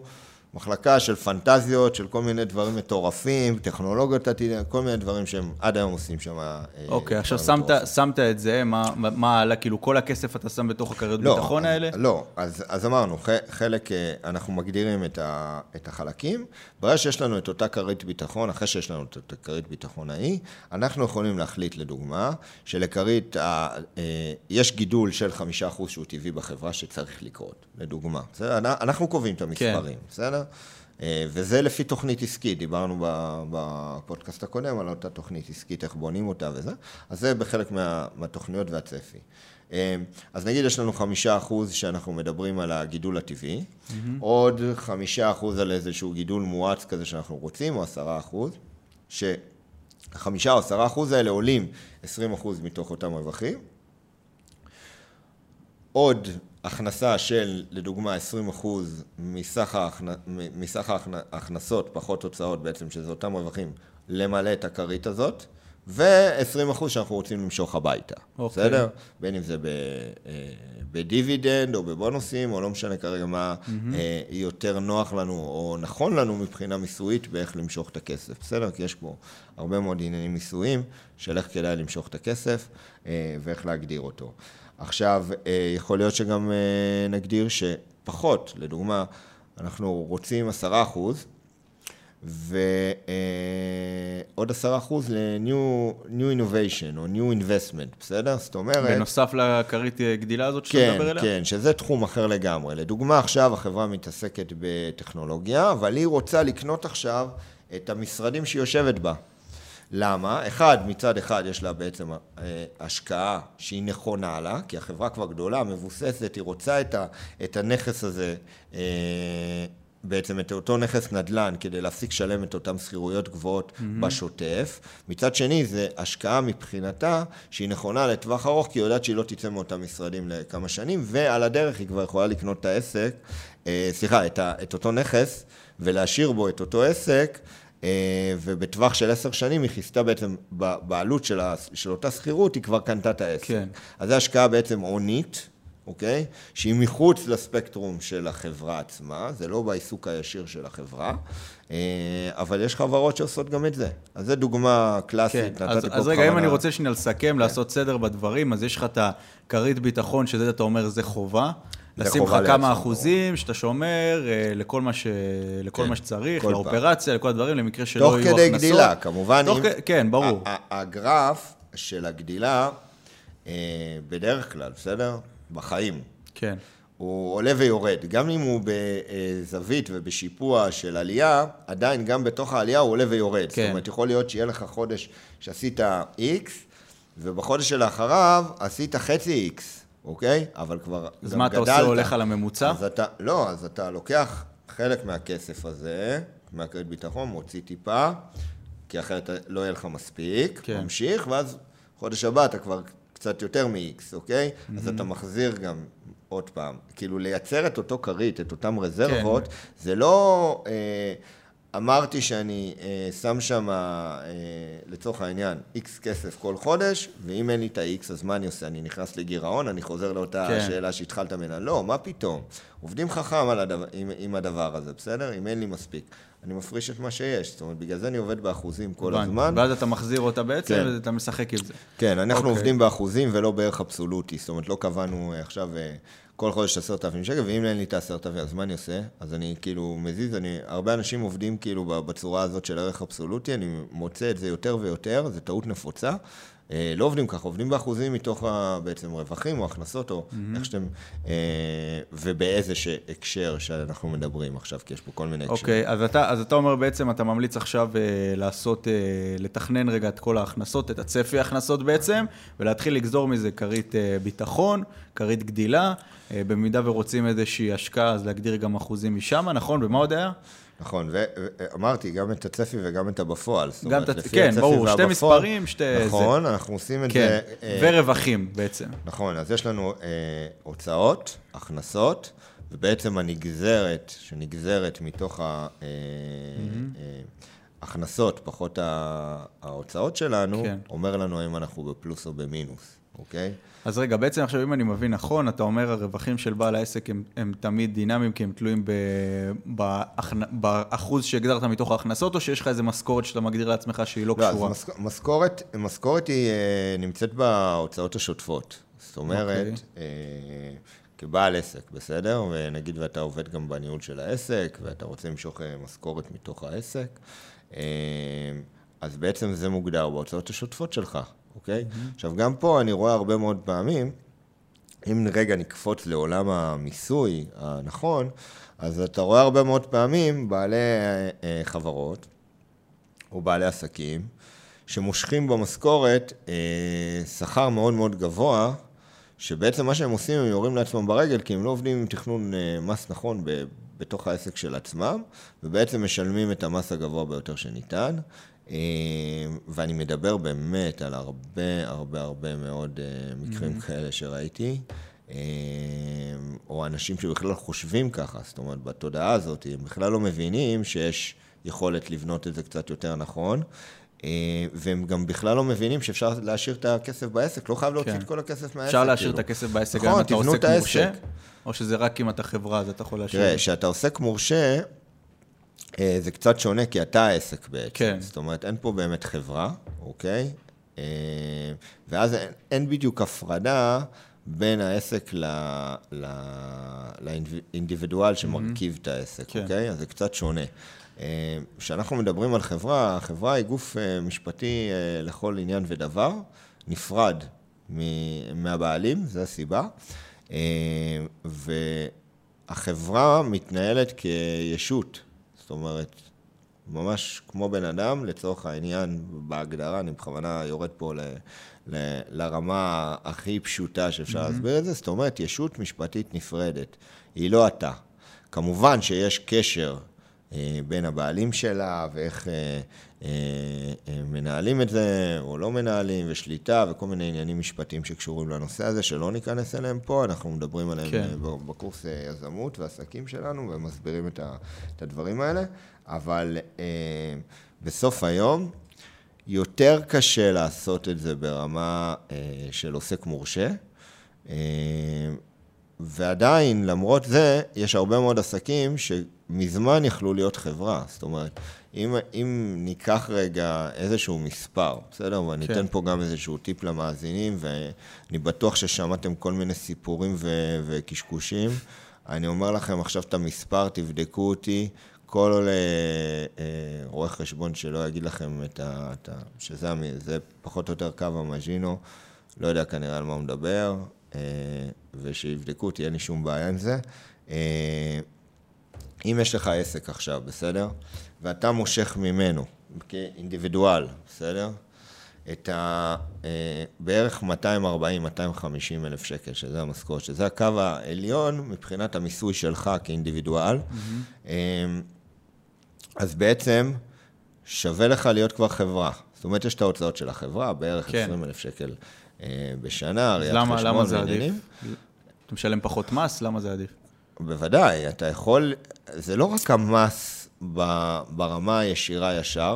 מחלקה של פנטזיות, של כל מיני דברים מטורפים, טכנולוגיות עתידיות, כל מיני דברים שהם עד היום עושים שם. אוקיי, עכשיו שמת את זה, מה עלה, כאילו כל הכסף אתה שם בתוך הכריות ביטחון האלה? לא, אז אמרנו, חלק, אנחנו מגדירים את החלקים, ברגע שיש לנו את אותה כרית ביטחון, אחרי שיש לנו את הכרית ביטחון ההיא, אנחנו יכולים להחליט לדוגמה, שלכרית, יש גידול של חמישה אחוז שהוא טבעי בחברה שצריך לקרות, לדוגמה. אנחנו קובעים את המספרים, בסדר? וזה לפי תוכנית עסקית, דיברנו בפודקאסט הקודם על אותה תוכנית עסקית, איך בונים אותה וזה, אז זה בחלק מהתוכניות והצפי. אז נגיד יש לנו חמישה אחוז שאנחנו מדברים על הגידול הטבעי, עוד חמישה אחוז על איזשהו גידול מואץ כזה שאנחנו רוצים, או עשרה אחוז, שחמישה או עשרה אחוז האלה עולים עשרים אחוז מתוך אותם רווחים, עוד הכנסה של, לדוגמה, עשרים אחוז מסך ההכנסות, פחות הוצאות בעצם, שזה אותם רווחים, למלא את הכרית הזאת, ו-עשרים אחוז שאנחנו רוצים למשוך הביתה. בסדר? בין אם זה בדיבידנד או בבונוסים, או לא משנה כרגע מה יותר נוח לנו או נכון לנו מבחינה מיסויית באיך למשוך את הכסף. בסדר? כי יש פה הרבה מאוד עניינים מיסויים של איך כדאי למשוך את הכסף ואיך להגדיר אותו. עכשיו, יכול להיות שגם נגדיר שפחות, לדוגמה, אנחנו רוצים עשרה אחוז, ועוד עשרה אחוז ל-new innovation או new investment, בסדר? זאת אומרת... בנוסף לכרית גדילה הזאת שאתה מדבר אליה? כן, כן, שזה תחום אחר לגמרי. לדוגמה, עכשיו החברה מתעסקת בטכנולוגיה, אבל היא רוצה לקנות עכשיו את המשרדים שהיא יושבת בה. למה? אחד, מצד אחד יש לה בעצם השקעה שהיא נכונה לה, כי החברה כבר גדולה, מבוססת, היא רוצה את, ה, את הנכס הזה, בעצם את אותו נכס נדל"ן, כדי להפסיק שלם את אותם שכירויות גבוהות mm-hmm. בשוטף. מצד שני, זה השקעה מבחינתה, שהיא נכונה לטווח ארוך, כי היא יודעת שהיא לא תצא מאותם משרדים לכמה שנים, ועל הדרך היא כבר יכולה לקנות את העסק, סליחה, את, ה, את אותו נכס, ולהשאיר בו את אותו עסק, ובטווח של עשר שנים היא חיסתה בעצם בעלות של, ה, של אותה שכירות, היא כבר קנתה את העסק. כן. אז זו השקעה בעצם עונית, אוקיי? שהיא מחוץ לספקטרום של החברה עצמה, זה לא בעיסוק הישיר של החברה, אבל יש חברות שעושות גם את זה. אז זו דוגמה קלאסית. כן. אז, אז רגע, אם אני רוצה שנייה לסכם, כן. לעשות סדר בדברים, אז יש לך את הכרית ביטחון, שזה אתה אומר, זה חובה. לשים לך כמה אחוזים שאתה שומר לכל מה, ש... לכל מה שצריך, לאופרציה, לכל הדברים, למקרה שלא יהיו הכנסות. תוך כדי גדילה, כמובן. תוך... אם... כן, ברור. הגרף של הגדילה, בדרך כלל, בסדר? בחיים. כן. הוא עולה ויורד. גם אם הוא בזווית ובשיפוע של עלייה, עדיין גם בתוך העלייה הוא עולה ויורד. כן. זאת אומרת, יכול להיות שיהיה לך חודש שעשית X, ובחודש שלאחריו עשית חצי X. אוקיי? אבל כבר אז מה אתה עושה? הולך על הממוצע? אז אתה, לא, אז אתה לוקח חלק מהכסף הזה, מהכרית ביטחון, מוציא טיפה, כי אחרת לא יהיה לך מספיק, כן. ממשיך, ואז חודש הבא אתה כבר קצת יותר מ-X, אוקיי? Mm-hmm. אז אתה מחזיר גם עוד פעם. כאילו לייצר את אותו כרית, את אותם רזרבות, כן. זה לא... אה, אמרתי שאני אה, שם שם, אה, לצורך העניין, X כסף כל חודש, ואם אין לי את ה-X, אז מה אני עושה? אני נכנס לגירעון, אני חוזר לאותה כן. שאלה שהתחלת ממנה. לא, מה פתאום? עובדים חכם על הדבר, עם, עם הדבר הזה, בסדר? אם אין לי מספיק. אני מפריש את מה שיש, זאת אומרת, בגלל זה אני עובד באחוזים כל בנ. הזמן. ואז אתה מחזיר אותה בעצם, כן. ואתה משחק עם זה. כן, אנחנו okay. עובדים באחוזים ולא בערך אבסולוטי, זאת אומרת, לא קבענו עכשיו... כל חודש עשרת אלפים שקל, ואם אין לי את העשרת אלפים, אז מה אני עושה? אז אני כאילו מזיז, אני, הרבה אנשים עובדים כאילו בצורה הזאת של ערך אבסולוטי, אני מוצא את זה יותר ויותר, זה טעות נפוצה. לא עובדים כך, עובדים באחוזים מתוך בעצם רווחים או הכנסות, או mm-hmm. איך שאתם, ובאיזה הקשר שאנחנו מדברים עכשיו, כי יש פה כל מיני הקשרים. אוקיי, אז אתה, אז אתה אומר בעצם, אתה ממליץ עכשיו לעשות, לתכנן רגע את כל ההכנסות, את הצפי ההכנסות בעצם, ולהתחיל לגזור מזה כרית ביטחון, כרית גדילה, במידה ורוצים איזושהי השקעה, אז להגדיר גם אחוזים משם, נכון? ומה עוד היה? נכון, ואמרתי, גם את הצפי וגם את הבפועל. גם את הצפי, כן, ברור, שתי מספרים, שתי... נכון, אנחנו עושים את זה... ורווחים בעצם. נכון, אז יש לנו הוצאות, הכנסות, ובעצם הנגזרת, שנגזרת מתוך ההכנסות, פחות ההוצאות שלנו, אומר לנו האם אנחנו בפלוס או במינוס. אוקיי? אז רגע, בעצם עכשיו אם אני מבין נכון, אתה אומר הרווחים של בעל העסק הם, הם תמיד דינמיים, כי הם תלויים ב, באחנ... באחוז שהגדרת מתוך ההכנסות, או שיש לך איזה משכורת שאתה מגדיר לעצמך שהיא לא, לא קשורה? לא, אז משכורת, משכורת היא נמצאת בהוצאות השוטפות. זאת אומרת, okay. אה, כבעל עסק, בסדר? ונגיד ואתה עובד גם בניהול של העסק, ואתה רוצה למשוך משכורת מתוך העסק, אה, אז בעצם זה מוגדר בהוצאות השוטפות שלך. אוקיי? Mm-hmm. עכשיו, גם פה אני רואה הרבה מאוד פעמים, אם רגע נקפוץ לעולם המיסוי הנכון, אז אתה רואה הרבה מאוד פעמים בעלי אה, חברות, או בעלי עסקים, שמושכים במשכורת אה, שכר מאוד מאוד גבוה, שבעצם מה שהם עושים, הם יורים לעצמם ברגל, כי הם לא עובדים עם תכנון אה, מס נכון ב, בתוך העסק של עצמם, ובעצם משלמים את המס הגבוה ביותר שניתן, ואני מדבר באמת על הרבה, הרבה, הרבה מאוד מקרים mm-hmm. כאלה שראיתי, או אנשים שבכלל חושבים ככה, זאת אומרת, בתודעה הזאת, הם בכלל לא מבינים שיש יכולת לבנות את זה קצת יותר נכון, והם גם בכלל לא מבינים שאפשר להשאיר את הכסף בעסק, לא חייב להוציא כן. את כל הכסף מהעסק. אפשר להשאיר כאילו. את הכסף בעסק נכון, גם אם אתה עוסק מורשה, או שזה רק אם אתה חברה, אז אתה יכול להשאיר. תראה, כשאתה עוסק מורשה, זה קצת שונה, כי אתה העסק בעצם. כן. זאת אומרת, אין פה באמת חברה, אוקיי? ואז אין, אין בדיוק הפרדה בין העסק ל, ל, לאינדיבידואל שמרכיב mm-hmm. את העסק, כן. אוקיי? אז זה קצת שונה. כשאנחנו מדברים על חברה, החברה היא גוף משפטי לכל עניין ודבר, נפרד מהבעלים, זה הסיבה. והחברה מתנהלת כישות, זאת אומרת, ממש כמו בן אדם, לצורך העניין, בהגדרה, אני בכוונה יורד פה ל, ל, לרמה הכי פשוטה שאפשר mm-hmm. להסביר את זה, זאת אומרת, ישות משפטית נפרדת, היא לא אתה. כמובן שיש קשר אה, בין הבעלים שלה, ואיך אה, אה, אה, מנהלים את זה, או לא מנהלים, ושליטה, וכל מיני עניינים משפטיים שקשורים לנושא הזה, שלא ניכנס אליהם פה, אנחנו מדברים עליהם כן. בקורס יזמות ועסקים שלנו, ומסבירים את, ה, את הדברים האלה. אבל אה, בסוף היום, יותר קשה לעשות את זה ברמה אה, של עוסק מורשה, אה, ועדיין, למרות זה, יש הרבה מאוד עסקים שמזמן יכלו להיות חברה. זאת אומרת, אם, אם ניקח רגע איזשהו מספר, בסדר? ואני כן. אתן פה גם איזשהו טיפ למאזינים, ואני בטוח ששמעתם כל מיני סיפורים ו- וקשקושים. אני אומר לכם עכשיו את המספר, תבדקו אותי, כל רואה חשבון שלא יגיד לכם את ה... שזה זה פחות או יותר קו המז'ינו, לא יודע כנראה על מה הוא מדבר, ושיבדקו אותי, אין לי שום בעיה עם זה. אם יש לך עסק עכשיו, בסדר? ואתה מושך ממנו, כאינדיבידואל, בסדר? את ה... בערך מאתיים וארבעים עד מאתיים וחמישים אלף שקל, שזה המשכורת, שזה הקו העליון מבחינת המיסוי שלך כאינדיבידואל. Mm-hmm. אז בעצם שווה לך להיות כבר חברה. זאת אומרת, יש את ההוצאות של החברה, בערך כן. עשרים אלף שקל בשנה, ראיית חשבון. למה זה עדיף? אתה משלם פחות מס? למה זה עדיף? בוודאי, אתה יכול, זה לא רק המס ברמה הישירה ישר,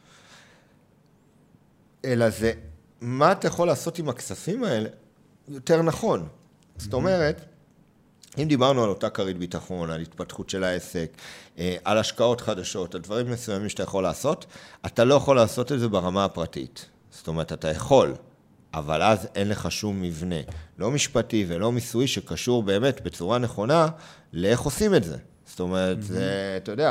אלא זה, מה אתה יכול לעשות עם הכספים האלה? יותר נכון. זאת אומרת, אם דיברנו על אותה כרית ביטחון, על התפתחות של העסק, על השקעות חדשות, על דברים מסוימים שאתה יכול לעשות, אתה לא יכול לעשות את זה ברמה הפרטית. זאת אומרת, אתה יכול, אבל אז אין לך שום מבנה, לא משפטי ולא מיסוי שקשור באמת בצורה נכונה לאיך עושים את זה. זאת אומרת, זה, אתה יודע,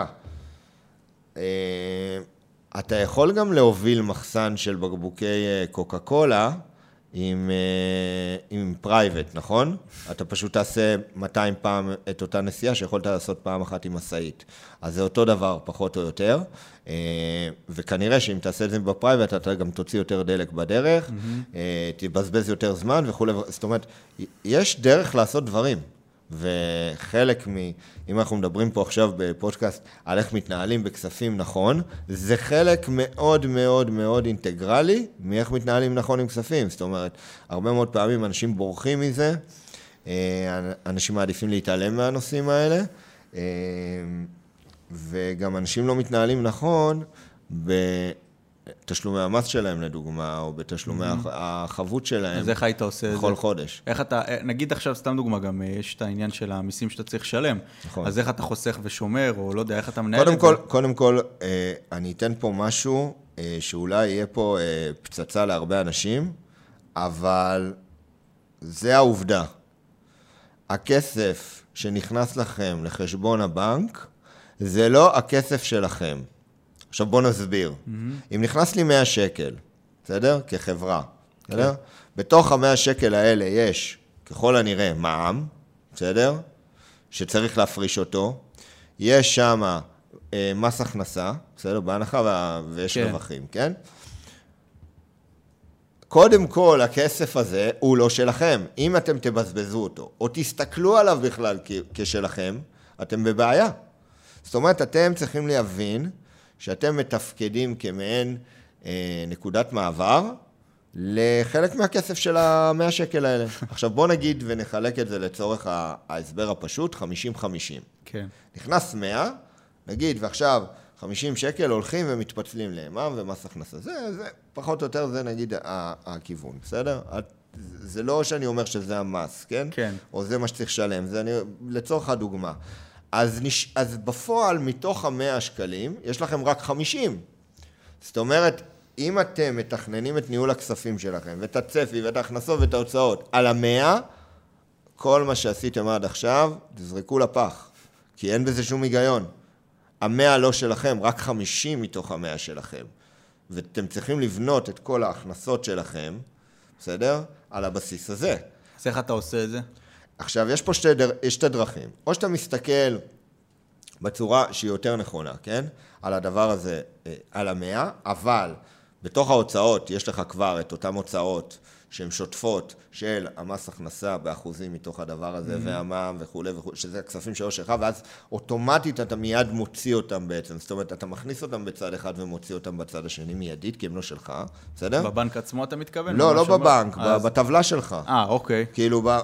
אתה יכול גם להוביל מחסן של בקבוקי קוקה קולה, עם, עם פרייבט, נכון? אתה פשוט תעשה מאתיים פעם את אותה נסיעה שיכולת לעשות פעם אחת עם מסעית. אז זה אותו דבר, פחות או יותר, וכנראה שאם תעשה את זה בפרייבט, אתה גם תוציא יותר דלק בדרך, mm-hmm. תבזבז יותר זמן וכו'. זאת אומרת, יש דרך לעשות דברים, וחלק מ... אם אנחנו מדברים פה עכשיו בפודקאסט על איך מתנהלים בכספים נכון, זה חלק מאוד מאוד מאוד אינטגרלי מאיך מתנהלים נכון עם כספים. זאת אומרת, הרבה מאוד פעמים אנשים בורחים מזה, אנשים מעדיפים להתעלם מהנושאים האלה, וגם אנשים לא מתנהלים נכון בתשלומי המס שלהם לדוגמה, או בתשלומי החבות שלהם. אז איך היית עושה את זה? בכל חודש. איך אתה, נגיד עכשיו סתם דוגמה, גם יש את העניין של המיסים שאתה צריך לשלם. נכון. אז איך אתה חוסך ושומר, או לא יודע, איך אתה מנהל קודם את כל, זה? קודם כל, אני אתן פה משהו שאולי יהיה פה פצצה להרבה אנשים, אבל זה העובדה. הכסף שנכנס לכם לחשבון הבנק, זה לא הכסף שלכם. עכשיו בוא נסביר. Mm-hmm. אם נכנס לי מאה שקל, בסדר? כחברה, okay. בסדר? בתוך ה-מאה שקל האלה יש, ככל הנראה, מע"מ, בסדר? שצריך להפריש אותו. יש שם אה, מס הכנסה, בסדר? בהנחה ויש okay. רווחים, כן? קודם כל, הכסף הזה הוא לא שלכם. אם אתם תבזבזו אותו, או תסתכלו עליו בכלל כשלכם, אתם בבעיה. זאת אומרת, אתם צריכים להבין שאתם מתפקדים כמעין אה, נקודת מעבר לחלק מהכסף של המאה שקל האלה. עכשיו בוא נגיד ונחלק את זה לצורך ההסבר הפשוט, חמישים חמישים. כן. נכנס מאה, נגיד, ועכשיו חמישים שקל הולכים ומתפצלים למע"מ ומס הכנסה. זה, זה, פחות או יותר זה נגיד הכיוון, בסדר? זה לא שאני אומר שזה המס, כן? כן. או זה מה שצריך לשלם, זה אני, לצורך הדוגמה. אז, נש... אז בפועל, מתוך המאה שקלים, יש לכם רק חמישים. זאת אומרת, אם אתם מתכננים את ניהול הכספים שלכם, ואת הצפי, ואת ההכנסות ואת ההוצאות, על המאה, כל מה שעשיתם עד עכשיו, תזרקו לפח. כי אין בזה שום היגיון. המאה לא שלכם, רק חמישים מתוך המאה שלכם. ואתם צריכים לבנות את כל ההכנסות שלכם, בסדר? על הבסיס הזה. אז איך אתה עושה את זה? עכשיו, יש פה שתי, דר... שתי דרכים. או שאתה מסתכל בצורה שהיא יותר נכונה, כן? על הדבר הזה, על המאה, אבל בתוך ההוצאות יש לך כבר את אותן הוצאות שהן שוטפות של המס הכנסה באחוזים מתוך הדבר הזה, mm-hmm. והמע"מ וכו' וכו', שזה הכספים שלו שלך, ואז אוטומטית אתה מיד מוציא אותם בעצם. זאת אומרת, אתה מכניס אותם בצד אחד ומוציא אותם בצד השני מיידית, כי הם לא שלך, בסדר? בבנק עצמו אתה מתכוון? לא, לא בבנק, אז... בטבלה שלך. אה, אוקיי. כאילו, ב...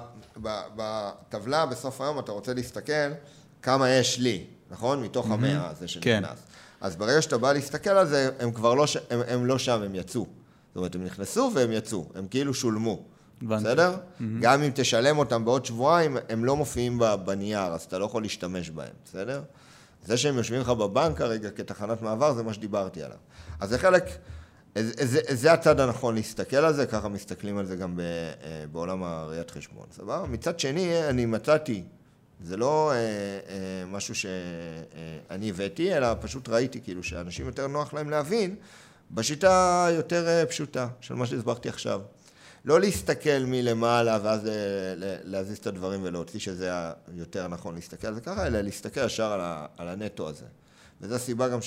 בטבלה, בסוף היום, אתה רוצה להסתכל כמה יש לי, נכון? מתוך המאה הזה שנכנס. כן. אז ברגע שאתה בא להסתכל על זה, הם כבר לא, הם, הם לא שם, הם יצאו. זאת אומרת, הם נכנסו והם יצאו, הם כאילו שולמו. בסדר? גם אם תשלם אותם בעוד שבועיים, הם לא מופיעים בנייר, אז אתה לא יכול להשתמש בהם, בסדר? זה שהם יושבים לך בבנק הרגע כתחנת מעבר, זה מה שדיברתי עליו. אז זה חלק... זה, זה הצד הנכון להסתכל על זה, ככה מסתכלים על זה גם בעולם הראיית חשבון. סבבה? מצד שני, אני מצאתי, זה לא אה, אה, משהו שאני הבאתי, אלא פשוט ראיתי כאילו שאנשים יותר נוח להם להבין, בשיטה יותר אה, פשוטה של מה שהסברתי עכשיו. לא להסתכל מלמעלה ואז להזיז את הדברים ולהוציא שזה יותר נכון להסתכל על זה ככה, אלא להסתכל ישר על, ה, על הנטו הזה. וזו הסיבה גם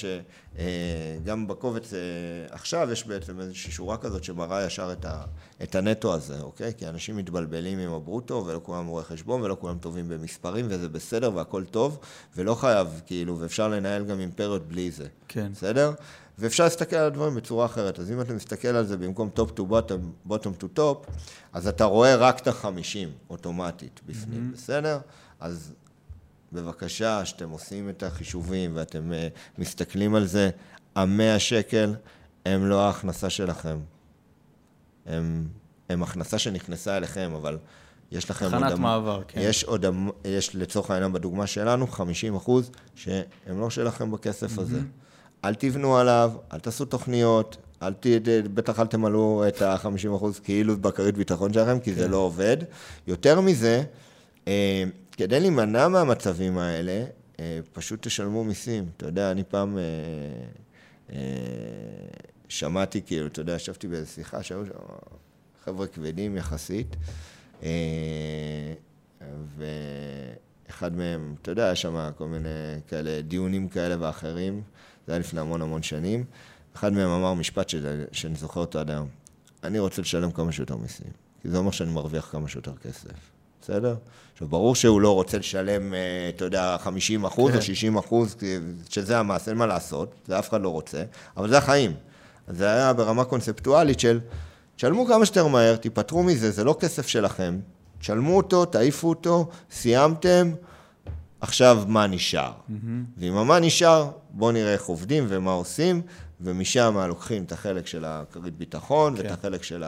שגם בקובץ עכשיו יש בעצם איזושהי שורה כזאת שמראה ישר את, ה, את הנטו הזה, אוקיי? כי אנשים מתבלבלים עם הברוטו ולא כולם מורי חשבון ולא כולם טובים במספרים וזה בסדר והכל טוב ולא חייב כאילו ואפשר לנהל גם אימפריות בלי זה, כן. בסדר? ואפשר להסתכל על הדברים בצורה אחרת. אז אם אתה מסתכל על זה במקום top to bottom, bottom to top, אז אתה רואה רק את החמישים אוטומטית בפנים, mm-hmm. בסדר? אז בבקשה, שאתם עושים את החישובים ואתם uh, מסתכלים על זה, המאה שקל הם לא ההכנסה שלכם. הם, הם הכנסה שנכנסה אליכם, אבל יש לכם תחנת עוד... מעבר, כן. יש עוד, יש לצורך העניין בדוגמה שלנו, חמישים אחוז שהם לא שלכם בכסף mm-hmm. הזה. אל תבנו עליו, אל תעשו תוכניות, אל ת... בטח אל תמלאו את ה-חמישים אחוז כאילו בכרית ביטחון שלכם, כי כן. זה לא עובד. יותר מזה, אה, כדי להימנע מהמצבים האלה, פשוט תשלמו מיסים. אתה יודע, אני פעם שמעתי, כאילו, אתה יודע, ישבתי באיזו שיחה, שהיו חבר'ה כבדים יחסית, ואחד מהם, אתה יודע, יש שם כל מיני כאלה, דיונים כאלה ואחרים, זה היה לפני המון המון שנים, אחד מהם אמר משפט שאני זוכר אותו עד היום, אני רוצה לשלם כמה שיותר מיסים, כי זה אומר שאני מרוויח כמה שיותר כסף. בסדר? עכשיו, ברור שהוא לא רוצה לשלם, אתה יודע, חמישים אחוז או שישים אחוז, שזה המס, אין מה לעשות, זה אף אחד לא רוצה, אבל זה החיים. אז זה היה ברמה קונספטואלית של, תשלמו כמה שיותר מהר, תיפטרו מזה, זה לא כסף שלכם, תשלמו אותו, תעיפו אותו, סיימתם, עכשיו מה נשאר? ואם מה נשאר, בואו נראה איך עובדים ומה עושים, ומשם לוקחים את החלק של הכרית ביטחון, כן. ואת החלק של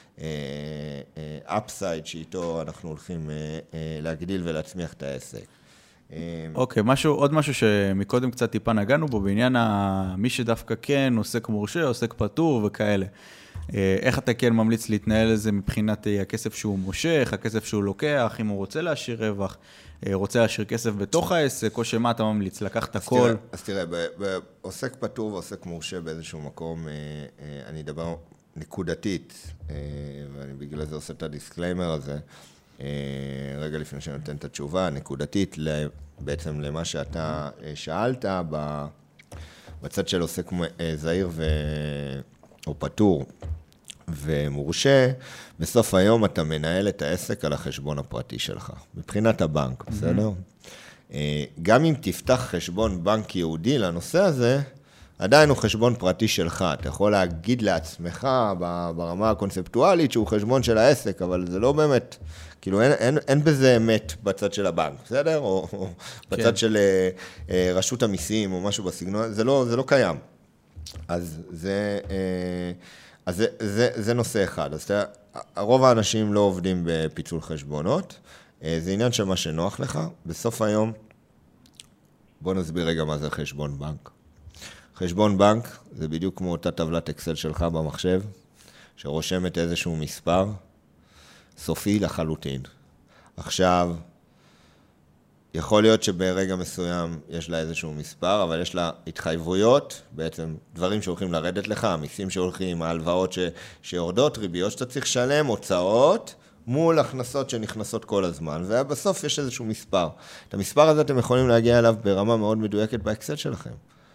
ה-upside שאיתו אנחנו הולכים להגדיל ולהצמיח את העסק. אוקיי, משהו, עוד משהו שמקודם קצת טיפה נגענו בו, בעניין מי שדווקא כן עוסק מורשה, עוסק פטור וכאלה. איך אתה כן ממליץ להתנהל לזה מבחינת הכסף שהוא מושך, הכסף שהוא לוקח, אם הוא רוצה להשאיר רווח, רוצה להשאיר כסף בתוך העסק, או שמה אתה ממליץ, לקחת הכל? אז תראה, בעוסק פטור ועוסק מורשה באיזשהו מקום, אני אדבר נקודתית, ואני בגלל זה עושה את הדיסקליימר הזה, רגע לפני שאני נותן את התשובה, נקודתית בעצם למה שאתה שאלת, בצד של עוסק זהיר ו... או פטור ומורשה, בסוף היום אתה מנהל את העסק על החשבון הפרטי שלך, מבחינת הבנק, בסדר? Mm-hmm. גם אם תפתח חשבון בנק יהודי לנושא הזה, עדיין הוא חשבון פרטי שלך. אתה יכול להגיד לעצמך ברמה הקונספטואלית שהוא חשבון של העסק, אבל זה לא באמת, כאילו אין, אין, אין בזה אמת בצד של הבנק, בסדר? או, או כן. בצד של אה, רשות המיסים או משהו בסגנון, זה לא, זה לא קיים. אז זה, אה, אז זה, זה, זה נושא אחד. אז אתה, הרוב האנשים לא עובדים בפיצול חשבונות, אה, זה עניין של מה שנוח לך. בסוף היום, בוא נסביר רגע מה זה חשבון בנק. חשבון בנק זה בדיוק כמו אותה טבלת אקסל שלך במחשב, שרושמת איזשהו מספר סופי לחלוטין. עכשיו, יכול להיות שברגע מסוים יש לה איזשהו מספר, אבל יש לה התחייבויות, בעצם דברים שהולכים לרדת לך, המיסים שהולכים, ההלוואות ש... שיורדות, ריביות שאתה צריך לשלם, הוצאות, מול הכנסות שנכנסות כל הזמן, ובסוף יש איזשהו מספר. את המספר הזה אתם יכולים להגיע אליו ברמה מאוד מדויקת באקסל שלכם.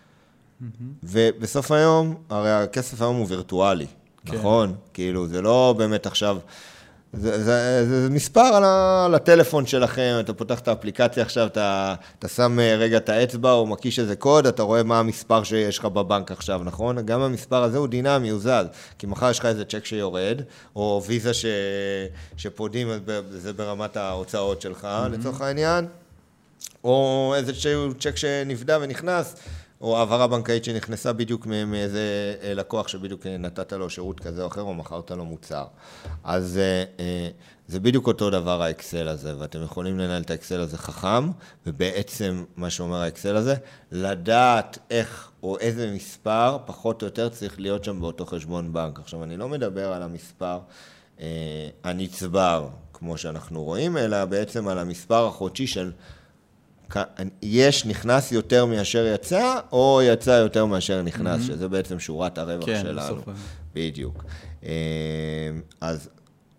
ובסוף היום, הרי הכסף היום הוא וירטואלי, נכון? כאילו, זה לא באמת עכשיו, זה, זה, זה מספר על, ה, על הטלפון שלכם, אתה פותח את האפליקציה עכשיו, אתה, אתה שם רגע את האצבע או מקיש איזה קוד, אתה רואה מה המספר שיש לך בבנק עכשיו, נכון? גם המספר הזה הוא דינמי, הוא זז, כי מחר יש לך איזה צ'ק שיורד, או ויזה ש, שפודים, זה ברמת ההוצאות שלך, mm-hmm. לצורך העניין, או איזה צ'ק שנפדה ונכנס, או העברה בנקאית שנכנסה בדיוק מאיזה לקוח שבדיוק נתת לו שירות כזה או אחר, או מכרת לו מוצר. אז זה בדיוק אותו דבר האקסל הזה, ואתם יכולים לנהל את האקסל הזה חכם, ובעצם מה שאומר האקסל הזה, לדעת איך או איזה מספר, פחות או יותר צריך להיות שם באותו חשבון בנק. עכשיו, אני לא מדבר על המספר הנצבר, כמו שאנחנו רואים, אלא בעצם על המספר החודשי של יש נכנס יותר מאשר יצא, או יצא יותר מאשר נכנס, mm-hmm. שזה בעצם שורת הרווח כן, שלנו. בסוף. בדיוק. אז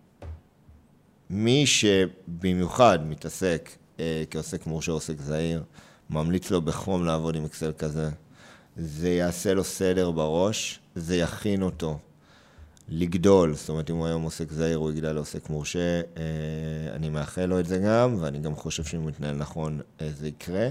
מי שבמיוחד מתעסק כעוסק מורשה, עוסק זהיר, ממליץ לו בחום לעבוד עם אקסל כזה, זה יעשה לו סדר בראש, זה יכין אותו לגדול, זאת אומרת, אם הוא היום עוסק זהיר, הוא יגדל לעוסק מורשה, אני מאחל לו את זה גם, ואני גם חושב שאם הוא יתנהל נכון, זה יקרה,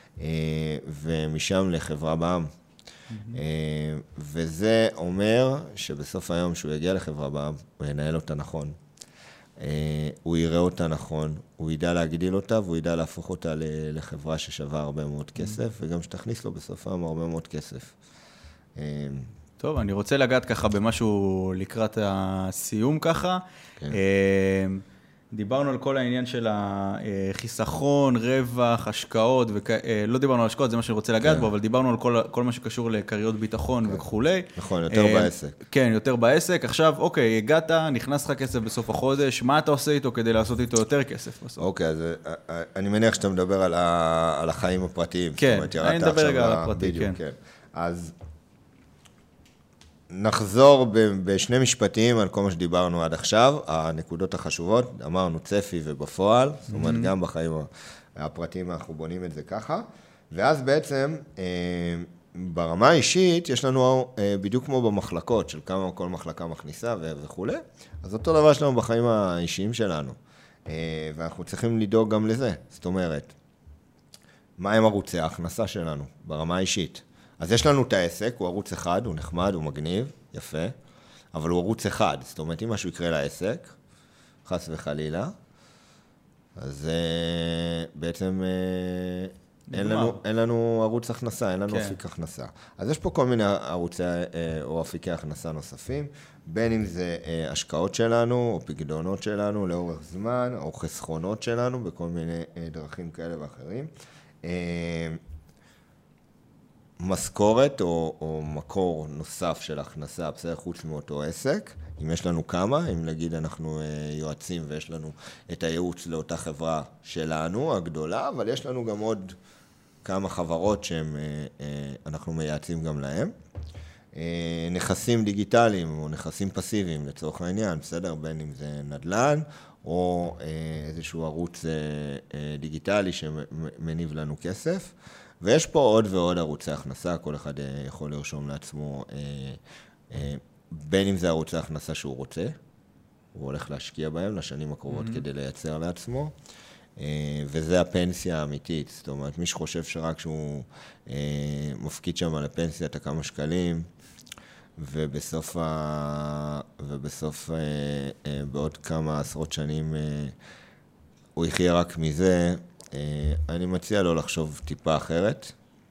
ומשם לחברה בעם. Mm-hmm. וזה אומר שבסוף היום, שהוא יגיע לחברה בעם, הוא ינהל אותה נכון, הוא יראה אותה נכון, הוא ידע להגדיל אותה, והוא ידע להפוך אותה לחברה ששווה הרבה מאוד כסף, mm-hmm. וגם שתכניס לו בסוף היום הרבה מאוד כסף. טוב, אני רוצה לגעת ככה במשהו לקראת הסיום ככה. כן. דיברנו על כל העניין של החיסכון, רווח, השקעות, וכ... לא דיברנו על השקעות, זה מה שאני רוצה לגעת כן. בו, אבל דיברנו על כל, כל מה שקשור לקריות ביטחון כן. וכולי. נכון, יותר בעסק. כן, יותר בעסק. עכשיו, אוקיי, הגעת, נכנס לך כסף בסוף החודש, מה אתה עושה איתו כדי לעשות איתו יותר כסף בסוף? אוקיי, אז אני מניח שאתה מדבר על, ה... על החיים הפרטיים. כן, אני מדבר רגע על הפרטי, כן. כן. אז נחזור בשני משפטים על כל מה שדיברנו עד עכשיו, הנקודות החשובות, אמרנו צפי ובפועל, זאת אומרת גם בחיים הפרטיים אנחנו בונים את זה ככה, ואז בעצם ברמה האישית יש לנו בדיוק כמו במחלקות של כמה כל מחלקה מכניסה וכו', אז אותו דבר יש לנו בחיים האישיים שלנו, ואנחנו צריכים לדאוג גם לזה, זאת אומרת, מה הם ערוצי ההכנסה שלנו ברמה האישית? אז יש לנו את העסק, הוא ערוץ אחד, הוא נחמד, הוא מגניב, יפה, אבל הוא ערוץ אחד. זאת אומרת, אם משהו יקרה לעסק, חס וחלילה, אז uh, בעצם uh, אין לנו, אין לנו ערוץ הכנסה, אין לנו כן. אפיק הכנסה. אז יש פה כל מיני ערוצי או אפיקי הכנסה נוספים, בין אם זה השקעות שלנו, או פקדונות שלנו לאורך זמן, או חסכונות שלנו, בכל מיני דרכים כאלה ואחרים. משכורת או, או מקור נוסף של הכנסה, בסדר, חוץ מאותו עסק, אם יש לנו כמה, אם נגיד אנחנו יועצים ויש לנו את הייעוץ לאותה חברה שלנו, הגדולה, אבל יש לנו גם עוד כמה חברות שאנחנו מייעצים גם להם. נכסים דיגיטליים או נכסים פסיביים לצורך העניין, בסדר, בין אם זה נדל"ן או איזשהו ערוץ דיגיטלי שמניב לנו כסף. ויש פה עוד ועוד ערוצי הכנסה, כל אחד יכול לרשום לעצמו, בין אם זה ערוצי הכנסה שהוא רוצה, הוא הולך להשקיע בהם לשנים הקרובות mm-hmm. כדי לייצר לעצמו, וזה הפנסיה האמיתית, זאת אומרת, מי שחושב שרק שהוא מפקיד שם על הפנסיה את הכמה שקלים, ובסוף, ה... ובסוף בעוד כמה עשרות שנים הוא יחיה רק מזה, אני מציע לו לחשוב טיפה אחרת,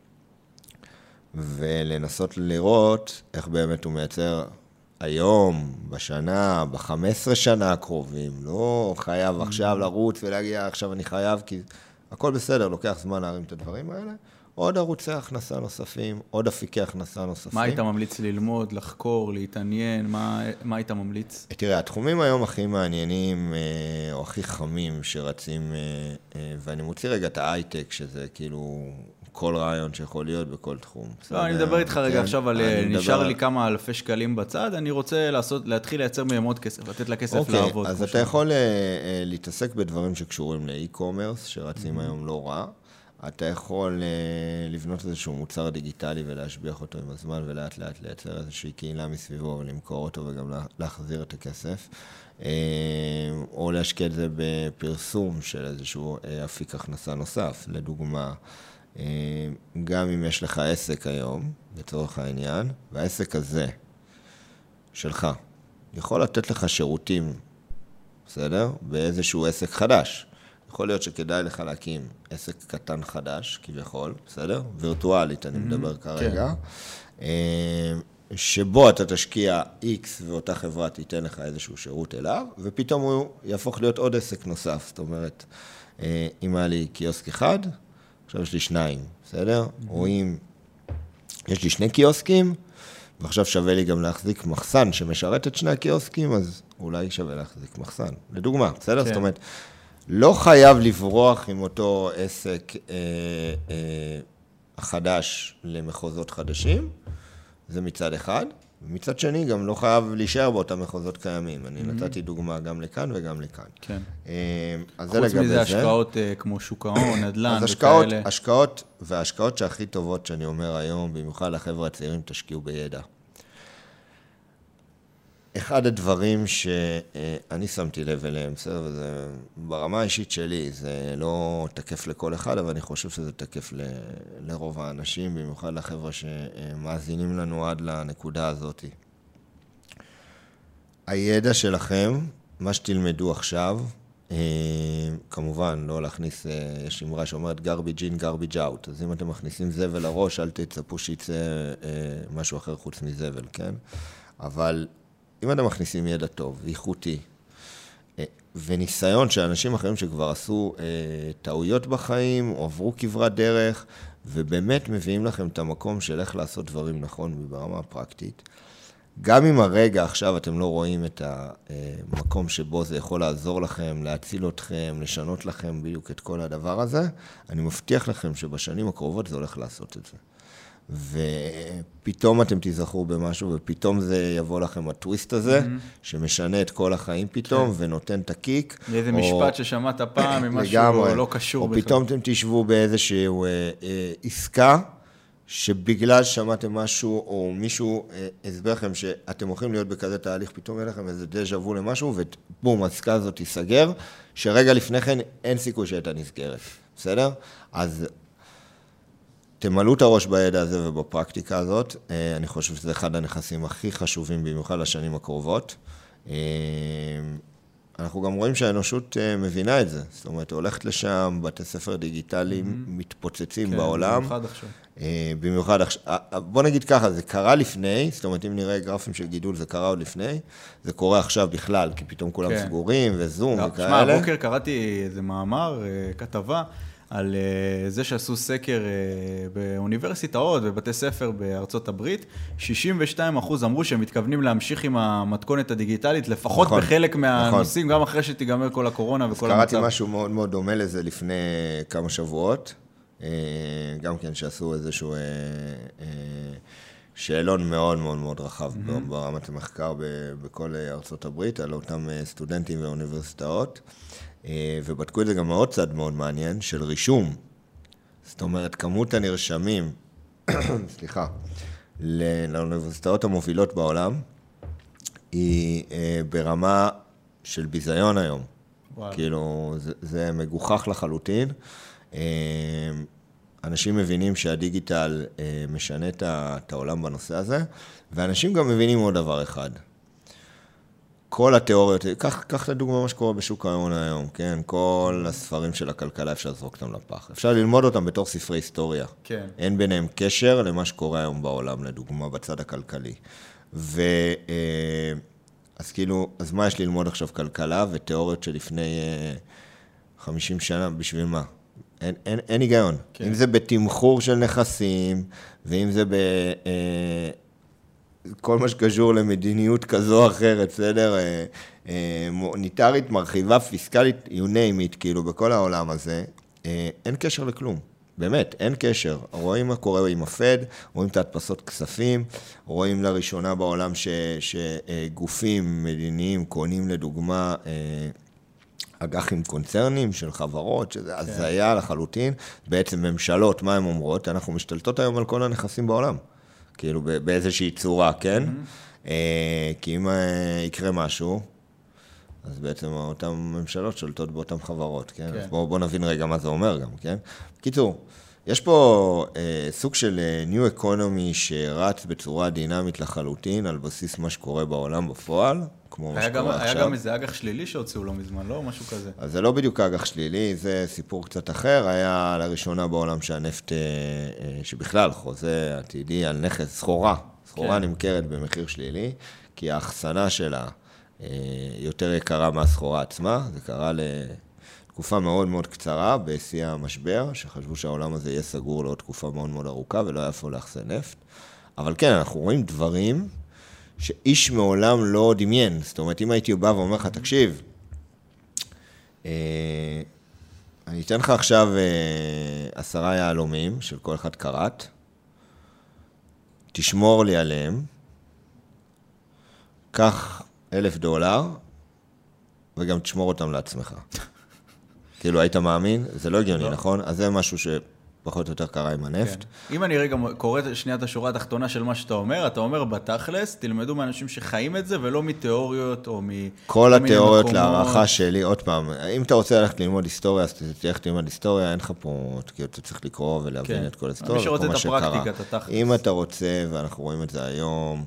ולנסות לראות איך באמת הוא מייצר היום, בשנה, ב-חמש עשרה שנה הקרובים, לא חייב עכשיו לרוץ ולהגיע, עכשיו אני חייב, כי הכל בסדר, לוקח זמן להרים את הדברים האלה. עוד ערוצי הכנסה נוספים, עוד אפיקי הכנסה נוספים. מה היית ממליץ ללמוד, לחקור, להתעניין? מה, מה היית ממליץ? תראה, התחומים היום הכי מעניינים, או הכי חמים שרצים, ואני מוציא רגע את ההייטק, שזה כאילו כל רעיון שיכול להיות בכל תחום. לא, אני מדבר איתך רגע עכשיו על, נשאר לי כמה אלפי שקלים בצד, אני רוצה לעשות, להתחיל לייצר מהם עוד כסף, לתת לכסף לעבוד. אז אתה יכול להתעסק בדברים שקשורים לאי-קומרס, שרצים היום לא רע. אתה יכול לבנות איזשהו מוצר דיגיטלי ולהשביח אותו עם הזמן ולאט לאט לייצר איזושהי קהילה מסביבו ולמכור אותו וגם להחזיר את הכסף. או להשקיע את זה בפרסום של איזשהו אפיק הכנסה נוסף. לדוגמה, גם אם יש לך עסק היום, לצורך העניין, והעסק הזה שלך יכול לתת לך שירותים, בסדר? באיזשהו עסק חדש. יכול להיות שכדאי לך להקים עסק קטן חדש, כביכול, בסדר? וירטואלית, אני מדבר כרגע, שבו אתה תשקיע X ואותה חברה תיתן לך איזשהו שירות אליו, ופתאום הוא יהפוך להיות עוד עסק נוסף. זאת אומרת, אם היה לי קיוסק אחד, עכשיו יש לי שניים, בסדר? או אם יש לי שני קיוסקים, ועכשיו שווה לי גם להחזיק מחסן שמשרת את שני הקיוסקים, אז אולי שווה להחזיק מחסן. לדוגמה, בסדר? זאת אומרת, לא חייב לברוח עם אותו עסק אה, אה, חדש למחוזות חדשים, זה מצד אחד. מצד שני, גם לא חייב להישאר באותם מחוזות קיימים. אני נתתי דוגמה גם לכאן וגם לכאן. כן. אה, אז חוץ מזה זה. השקעות אה, כמו שוק ההון, נדל"ן וכאלה. השקעות, השקעות, וההשקעות שהכי טובות שאני אומר היום, במיוחד לחבר'ה הצעירים, תשקיעו בידע. אחד הדברים שאני שמתי לב אליהם, בסדר, וזה ברמה האישית שלי, זה לא תקף לכל אחד, אבל אני חושב שזה תקף ל, לרוב האנשים, במיוחד לחבר'ה שמאזינים לנו עד לנקודה הזאת. הידע שלכם, מה שתלמדו עכשיו, כמובן, לא להכניס, יש אמרה שאומרת garbage in, garbage out, אז אם אתם מכניסים זבל לראש, אל תצפו שיצא משהו אחר חוץ מזבל, כן? אבל אם אתם מכניסים ידע טוב, איכותי, וניסיון שאנשים אחרים שכבר עשו טעויות בחיים, או עברו כברת דרך, ובאמת מביאים לכם את המקום של איך לעשות דברים נכון ברמה הפרקטית, גם אם הרגע עכשיו אתם לא רואים את המקום שבו זה יכול לעזור לכם, להציל אתכם, לשנות לכם בדיוק את כל הדבר הזה, אני מבטיח לכם שבשנים הקרובות זה הולך לעשות את זה. ופתאום אתם תיזכרו במשהו, ופתאום זה יבוא לכם הטוויסט הזה, שמשנה את כל החיים פתאום, ונותן את הקיק. לאיזה משפט ששמעת פעם, עם משהו לא קשור בכלל. או פתאום אתם תשבו באיזשהו עסקה, שבגלל ששמעתם משהו, או מישהו הסבר לכם שאתם הולכים להיות בכזה תהליך, פתאום יהיה לכם איזה דז'ה וו למשהו, ובום, העסקה הזאת תיסגר, שרגע לפני כן אין סיכוי שהייתה נסגרת. בסדר? אז תמלאו את הראש בידע הזה ובפרקטיקה הזאת. אני חושב שזה אחד הנכסים הכי חשובים, במיוחד לשנים הקרובות. אנחנו אנחנו גם רואים שהאנושות מבינה את זה. זאת אומרת, הולכת לשם, בתי ספר דיגיטליים מתפוצצים בעולם. במיוחד עכשיו. במיוחד עכשיו. בוא נגיד ככה, זה קרה לפני, זאת אומרת, אם נראה גרפים של גידול, זה קרה עוד לפני. זה קורה עכשיו בכלל, כי פתאום כולם סגורים וזום וכאלה. תשמע, הבוקר קראתי איזה מאמר, כתבה, על זה שעשו סקר באוניברסיטאות ובתי ספר בארצות הברית, שישים ושתיים אחוז אמרו שהם מתכוונים להמשיך עם המתכונת הדיגיטלית, לפחות נכון, בחלק מהנושאים, נכון. גם אחרי שתיגמר כל הקורונה וכל המצב. קראתי משהו מאוד מאוד דומה לזה לפני כמה שבועות, גם כן שעשו איזשהו שאלון מאוד מאוד מאוד רחב mm-hmm. ברמת המחקר בכל ארצות הברית, על אותם סטודנטים ואוניברסיטאות, ובדקו את זה גם מאוד צד מאוד מעניין, של רישום. זאת אומרת, כמות הנרשמים, סליחה, לאוניברסיטאות המובילות בעולם, היא ברמה של ביזיון היום. וואו. כאילו, זה, זה מגוחך לחלוטין. אנשים מבינים שהדיגיטל משנה את העולם בנושא הזה, ואנשים גם מבינים עוד דבר אחד. כל התיאוריות, כך, כך לדוגמה מה שקורה בשוק ההון היום, כן? כל הספרים של הכלכלה אפשר לזרוק אותם לפח. אפשר ללמוד אותם בתור ספרי היסטוריה. כן. אין ביניהם קשר למה שקורה היום בעולם, לדוגמה, בצד הכלכלי. ו... אז כאילו, אז מה יש ללמוד עכשיו כלכלה ותיאוריות שלפני חמישים שנה, בשביל מה? אין, אין, אין היגיון. כן. אם זה בתמחור של נכסים, ואם זה ב... כל מה שקשור למדיניות כזו או אחרת, בסדר? מוניטרית, מרחיבה, פיסקלית, you name it, כאילו, בכל העולם הזה, אין קשר לכלום. באמת, אין קשר. רואים מה קורה עם הפד, רואים את ההדפסות כספים, רואים לראשונה בעולם ש, שגופים מדיניים קונים לדוגמה אג"חים קונצרנים של חברות, שזה הזיה לחלוטין. בעצם ממשלות, מה הן אומרות? אנחנו משתלטות היום על כל הנכסים בעולם. כאילו באיזושהי צורה, כן? Mm-hmm. כי אם יקרה משהו, אז בעצם אותן ממשלות שולטות באותן חברות, כן? כן. אז בואו בוא נבין רגע מה זה אומר גם, כן? בקיצור, יש פה אה, סוג של New Economy שרץ בצורה דינמית לחלוטין, על בסיס מה שקורה בעולם בפועל, כמו מה שקורה גם, עכשיו. היה גם איזה אג"ח שלילי שהוציאו לא מזמן, לא? משהו כזה. אז זה לא בדיוק אג"ח שלילי, זה סיפור קצת אחר. היה לראשונה בעולם שהנפט, אה, שבכלל חוזה עתידי על נכס, סחורה, סחורה כן. נמכרת במחיר שלילי, כי ההחסנה שלה אה, יותר יקרה מהסחורה עצמה, זה קרה ל... תקופה מאוד מאוד קצרה, בשיא המשבר, שחשבו שהעולם הזה יהיה סגור לעוד תקופה מאוד מאוד ארוכה, ולא היה איפה לאחסן נפט. אבל כן, אנחנו רואים דברים שאיש מעולם לא דמיין. זאת אומרת, אם הייתי בא ואומר לך, תקשיב, אה, אני אתן לך עכשיו אה, עשרה יהלומים של כל אחד קראט, תשמור לי עליהם, קח אלף דולר, וגם תשמור אותם לעצמך. כאילו, היית מאמין? זה לא הגיוני, נכון? אז זה משהו שפחות או יותר קרה עם הנפט. אם אני רגע קורא שנייה את השורה התחתונה של מה שאתה אומר, אתה אומר בתכלס, תלמדו מאנשים שחיים את זה, ולא מתיאוריות או מ... כל התיאוריות להערכה שלי, עוד פעם, אם אתה רוצה ללכת ללמוד היסטוריה, אז אתה תלך ללמוד היסטוריה, אין לך פה, כאילו, אתה צריך לקרוא ולהבין את כל ההיסטוריה. מי שרוצה את הפרקטיקה, את התכלס. אם אתה רוצה, ואנחנו רואים את זה היום,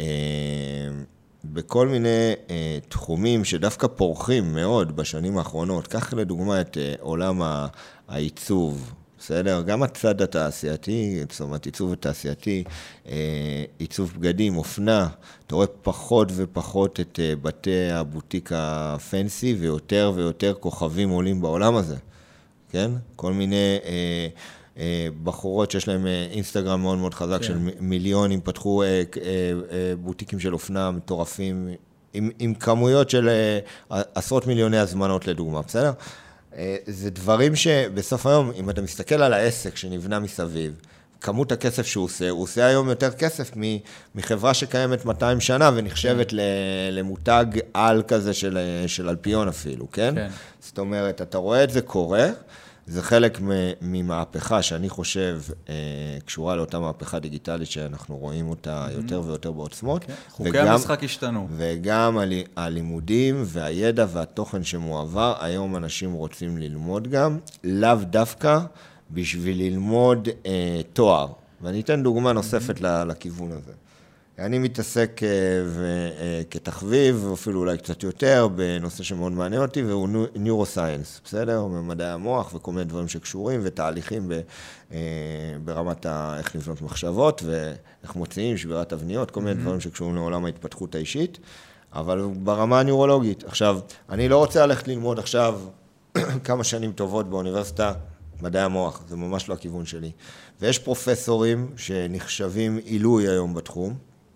בכל מיני אה, תחומים שדווקא פורחים מאוד בשנים האחרונות, כך לדוגמה את אה, עולם העיצוב, בסדר? גם הצד התעשייתי, זאת אומרת, עיצוב התעשייתי, אה, עיצוב בגדים, אופנה, אתה רואה פחות ופחות את אה, בתי הבוטיק הפנסי, ויותר ויותר כוכבים עולים בעולם הזה, כן? כל מיני... אה, בחורות שיש להם אינסטגרם מאוד מאוד חזק, כן. של מיליונים, פתחו בוטיקים של אופנה מטורפים, עם, עם כמויות של עשרות מיליוני הזמנות לדוגמה, בסדר? זה דברים שבסוף היום, אם אתה מסתכל על העסק שנבנה מסביב, כמות הכסף שהוא עושה, הוא עושה היום יותר כסף מחברה שקיימת מאתיים שנה, ונחשבת למותג על כזה של, של אלפיון אפילו, כן? כן? זאת אומרת, אתה רואה את זה קורה, זה חלק ממהפכה שאני חושב קשורה לאותה מהפכה דיגיטלית שאנחנו רואים אותה יותר ויותר בעוצמות. חוקי המשחק השתנו. וגם הלימודים והידע והתוכן שמועבר, היום אנשים רוצים ללמוד גם, לאו דווקא בשביל ללמוד תואר. ואני אתן דוגמה נוספת לכיוון הזה. אני מתעסק כתחביב, אפילו אולי קצת יותר, בנושא שמאוד מעניין אותי, והוא ניורוסייאנס, בסדר? במדעי המוח וכל מיני דברים שקשורים, ותהליכים ברמת איך לבנות מחשבות, ואיך מוציאים, שבירת תבניות, כל מיני דברים שקשורים לעולם ההתפתחות האישית, אבל ברמה הניורולוגית. עכשיו, אני לא רוצה ללכת ללמוד עכשיו כמה שנים טובות באוניברסיטה, מדעי המוח, זה ממש לא הכיוון שלי. ויש פרופסורים שנחשבים עילוי היום בתחום,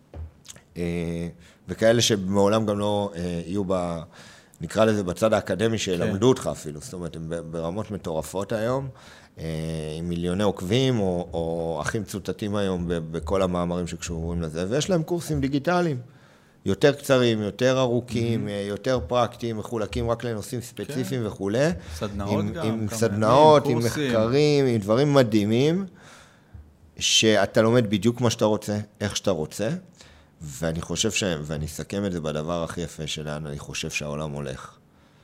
וכאלה שמעולם גם לא יהיו ב... נקרא לזה בצד האקדמי שילמדו אותך אפילו, זאת אומרת, הם ברמות מטורפות היום, עם מיליוני עוקבים, או, או הכי מצוטטים היום בכל המאמרים שקשורים לזה, ויש להם קורסים דיגיטליים, יותר קצרים, יותר ארוכים, mm-hmm. יותר פרקטיים, מחולקים רק לנושאים ספציפיים okay. וכו'. סדנאות עם, גם. עם סדנאות, עם מחקרים, עם דברים מדהימים, שאתה לומד בדיוק מה שאתה רוצה, איך שאתה רוצה, ואני חושב ש... ואני אסכם את זה בדבר הכי יפה שלנו, אני חושב שהעולם הולך.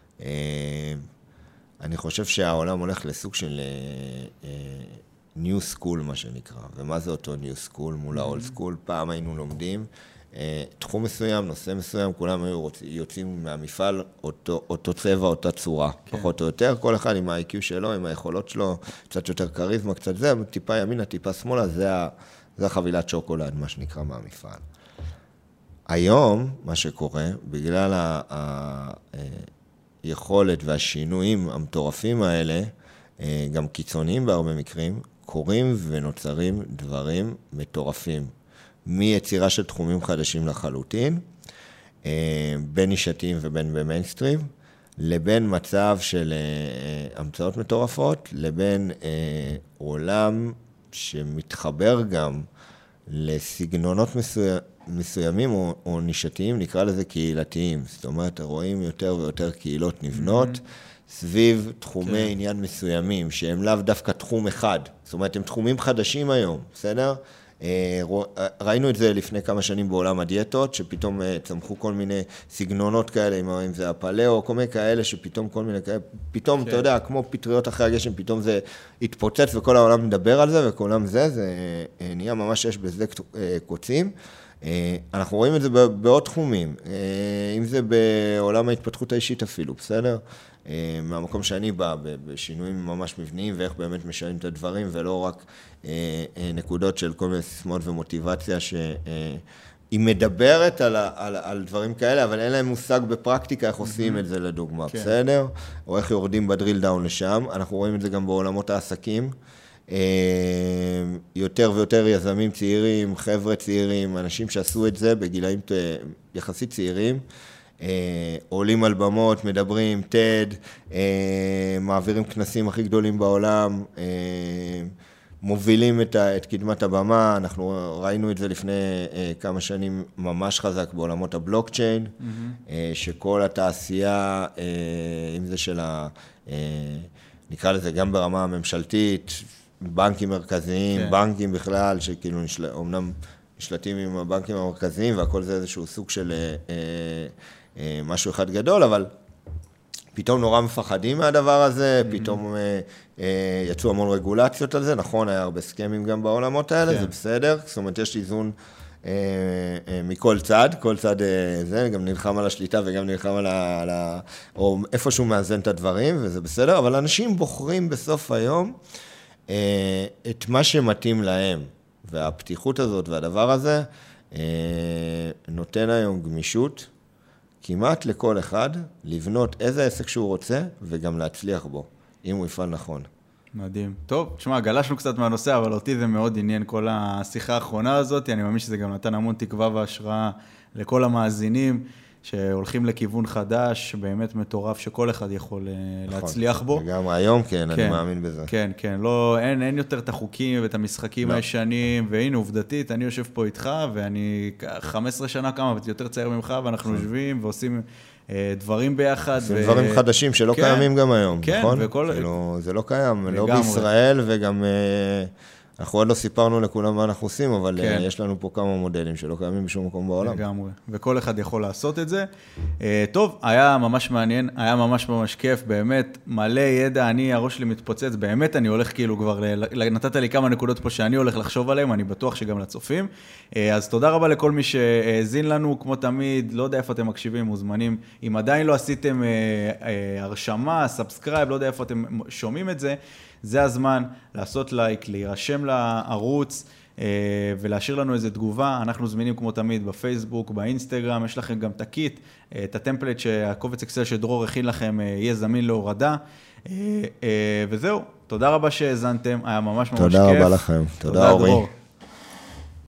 אני חושב שהעולם הולך לסוג של ניו סקול, מה שנקרא. ומה זה אותו ניו סקול מול האולד סקול? פעם היינו לומדים, תחום מסוים, נושא מסוים, כולם היו יוצאים מהמפעל אותו, אותו צבע, אותה צורה, כן. פחות או יותר, כל אחד עם ה-איי קיו שלו, עם היכולות שלו, קצת יותר קריזמה, קצת זה, טיפה ימינה, טיפה שמאלה, זה, ה, זה החבילת שוקולד, מה שנקרא מהמפעל. היום, מה שקורה, בגלל היכולת והשינויים המטורפים האלה, גם קיצוניים בהרבה מקרים, קורים ונוצרים דברים מטורפים. מיצירה של תחומים חדשים לחלוטין, בין נישתיים ובין במיינסטרים, לבין מצב של המצאות מטורפות, לבין עולם שמתחבר גם לסגנונות מסוימים, מסוימים או, או נישתיים, נקרא לזה קהילתיים. זאת אומרת, רואים יותר ויותר קהילות נבנות mm-hmm. סביב תחומי כן. עניין מסוימים, שהם לאו דווקא תחום אחד. זאת אומרת, הם תחומים חדשים היום, בסדר? ראינו את זה לפני כמה שנים בעולם הדיאטות, שפתאום צמחו כל מיני סגנונות כאלה, אם זה הפלאו, כל מיני כאלה, שפתאום כל מיני כאלה, פתאום, כן. אתה יודע, כמו פטריות אחרי הגשם, פתאום זה התפוצץ וכל העולם מדבר על זה, וכל העולם זה, זה נהיה ממש יש בזה קוצים. אנחנו רואים את זה בעוד תחומים, אם זה בעולם ההתפתחות האישית אפילו, בסדר? מהמקום שאני בא, בשינויים ממש מבניים, ואיך באמת משנים את הדברים, ולא רק נקודות של כל מיני סיסמאות ומוטיבציה, שהיא מדברת על, על, על דברים כאלה, אבל אין להם מושג בפרקטיקה איך עושים את זה לדוגמה, כן. בסדר? או איך יורדים בדריל דאון לשם. אנחנו רואים את זה גם בעולמות העסקים. יותר ויותר יזמים צעירים, חבר'ה צעירים, אנשים שעשו את זה בגילאים יחסית צעירים, עולים על במות, מדברים, טד, מעבירים כנסים הכי גדולים בעולם, מובילים את, את קדמת הבמה. אנחנו ראינו את זה לפני כמה שנים ממש חזק בעולמות הבלוקצ'יין, mm-hmm. שכל התעשייה, אם זה של ה... נקרא לזה גם ברמה הממשלתית, בנקים מרכזיים, כן. בנקים בכלל, שכאילו נשל... אומנם נשלטים עם הבנקים המרכזיים, והכל זה איזשהו סוג של אה, אה, משהו אחד גדול, אבל פתאום נורא מפחדים מהדבר הזה, mm-hmm. פתאום אה, אה, יצאו המון רגולציות על זה, נכון, היה הרבה סקמים גם בעולמות האלה, כן. זה בסדר, זאת אומרת, יש איזון אה, אה, מכל צד, כל צד אה, זה, גם נלחם על השליטה וגם נלחם על ה... על ה... או איפשהו מאזן את הדברים, וזה בסדר, אבל אנשים בוחרים בסוף היום, את מה שמתאים להם, והפתיחות הזאת והדבר הזה נותן היום גמישות כמעט לכל אחד לבנות איזה עסק שהוא רוצה וגם להצליח בו, אם הוא יפעל נכון. מדהים. טוב, תשמע, גלשנו קצת מהנושא, אבל אותי זה מאוד עניין כל השיחה האחרונה הזאת, אני מאמין שזה גם נתן המון תקווה והשראה לכל המאזינים, שהולכים לכיוון חדש, באמת מטורף, שכל אחד יכול נכון, להצליח בו. וגם היום כן, כן, אני מאמין בזה. כן, כן, לא, אין, אין יותר את החוקים ואת המשחקים לא. הישנים, והנה, עובדתית, אני יושב פה איתך, ואני חמש עשרה שנה כמה, ואתה יותר צעיר ממך, ואנחנו יושבים ועושים אה, דברים ביחד. עושים ו... דברים חדשים שלא כן, קיימים גם היום, כן, נכון? וכל... כאילו, זה לא קיים, לגמרי. לא בישראל, וגם... אה, אנחנו עוד לא סיפרנו לכולם מה אנחנו עושים, אבל כן. יש לנו פה כמה מודלים שלא קיימים בשום מקום בעולם. לגמרי, וכל אחד יכול לעשות את זה. טוב, היה ממש מעניין, היה ממש ממש כיף, באמת מלא ידע, אני, הראש שלי מתפוצץ, באמת אני הולך כאילו כבר, נתת לי כמה נקודות פה שאני הולך לחשוב עליהם, אני בטוח שגם לצופים. אז תודה רבה לכל מי שהזין לנו, כמו תמיד, לא יודע איפה אתם מקשיבים, מוזמנים, אם עדיין לא עשיתם הרשמה, סאבסקרייב, לא יודע איפה אתם שומעים את זה, זה הזמן לעשות לייק, להירשם לערוץ ולהשאיר לנו איזו תגובה. אנחנו זמינים כמו תמיד בפייסבוק, באינסטגרם, יש לכם גם את הקיט, את הטמפלט שהקובץ אקסל שדרור הכין לכם יהיה זמין להורדה. וזהו, תודה רבה שהזנתם, היה ממש ממש כיף. תודה רבה לכם, תודה אורי.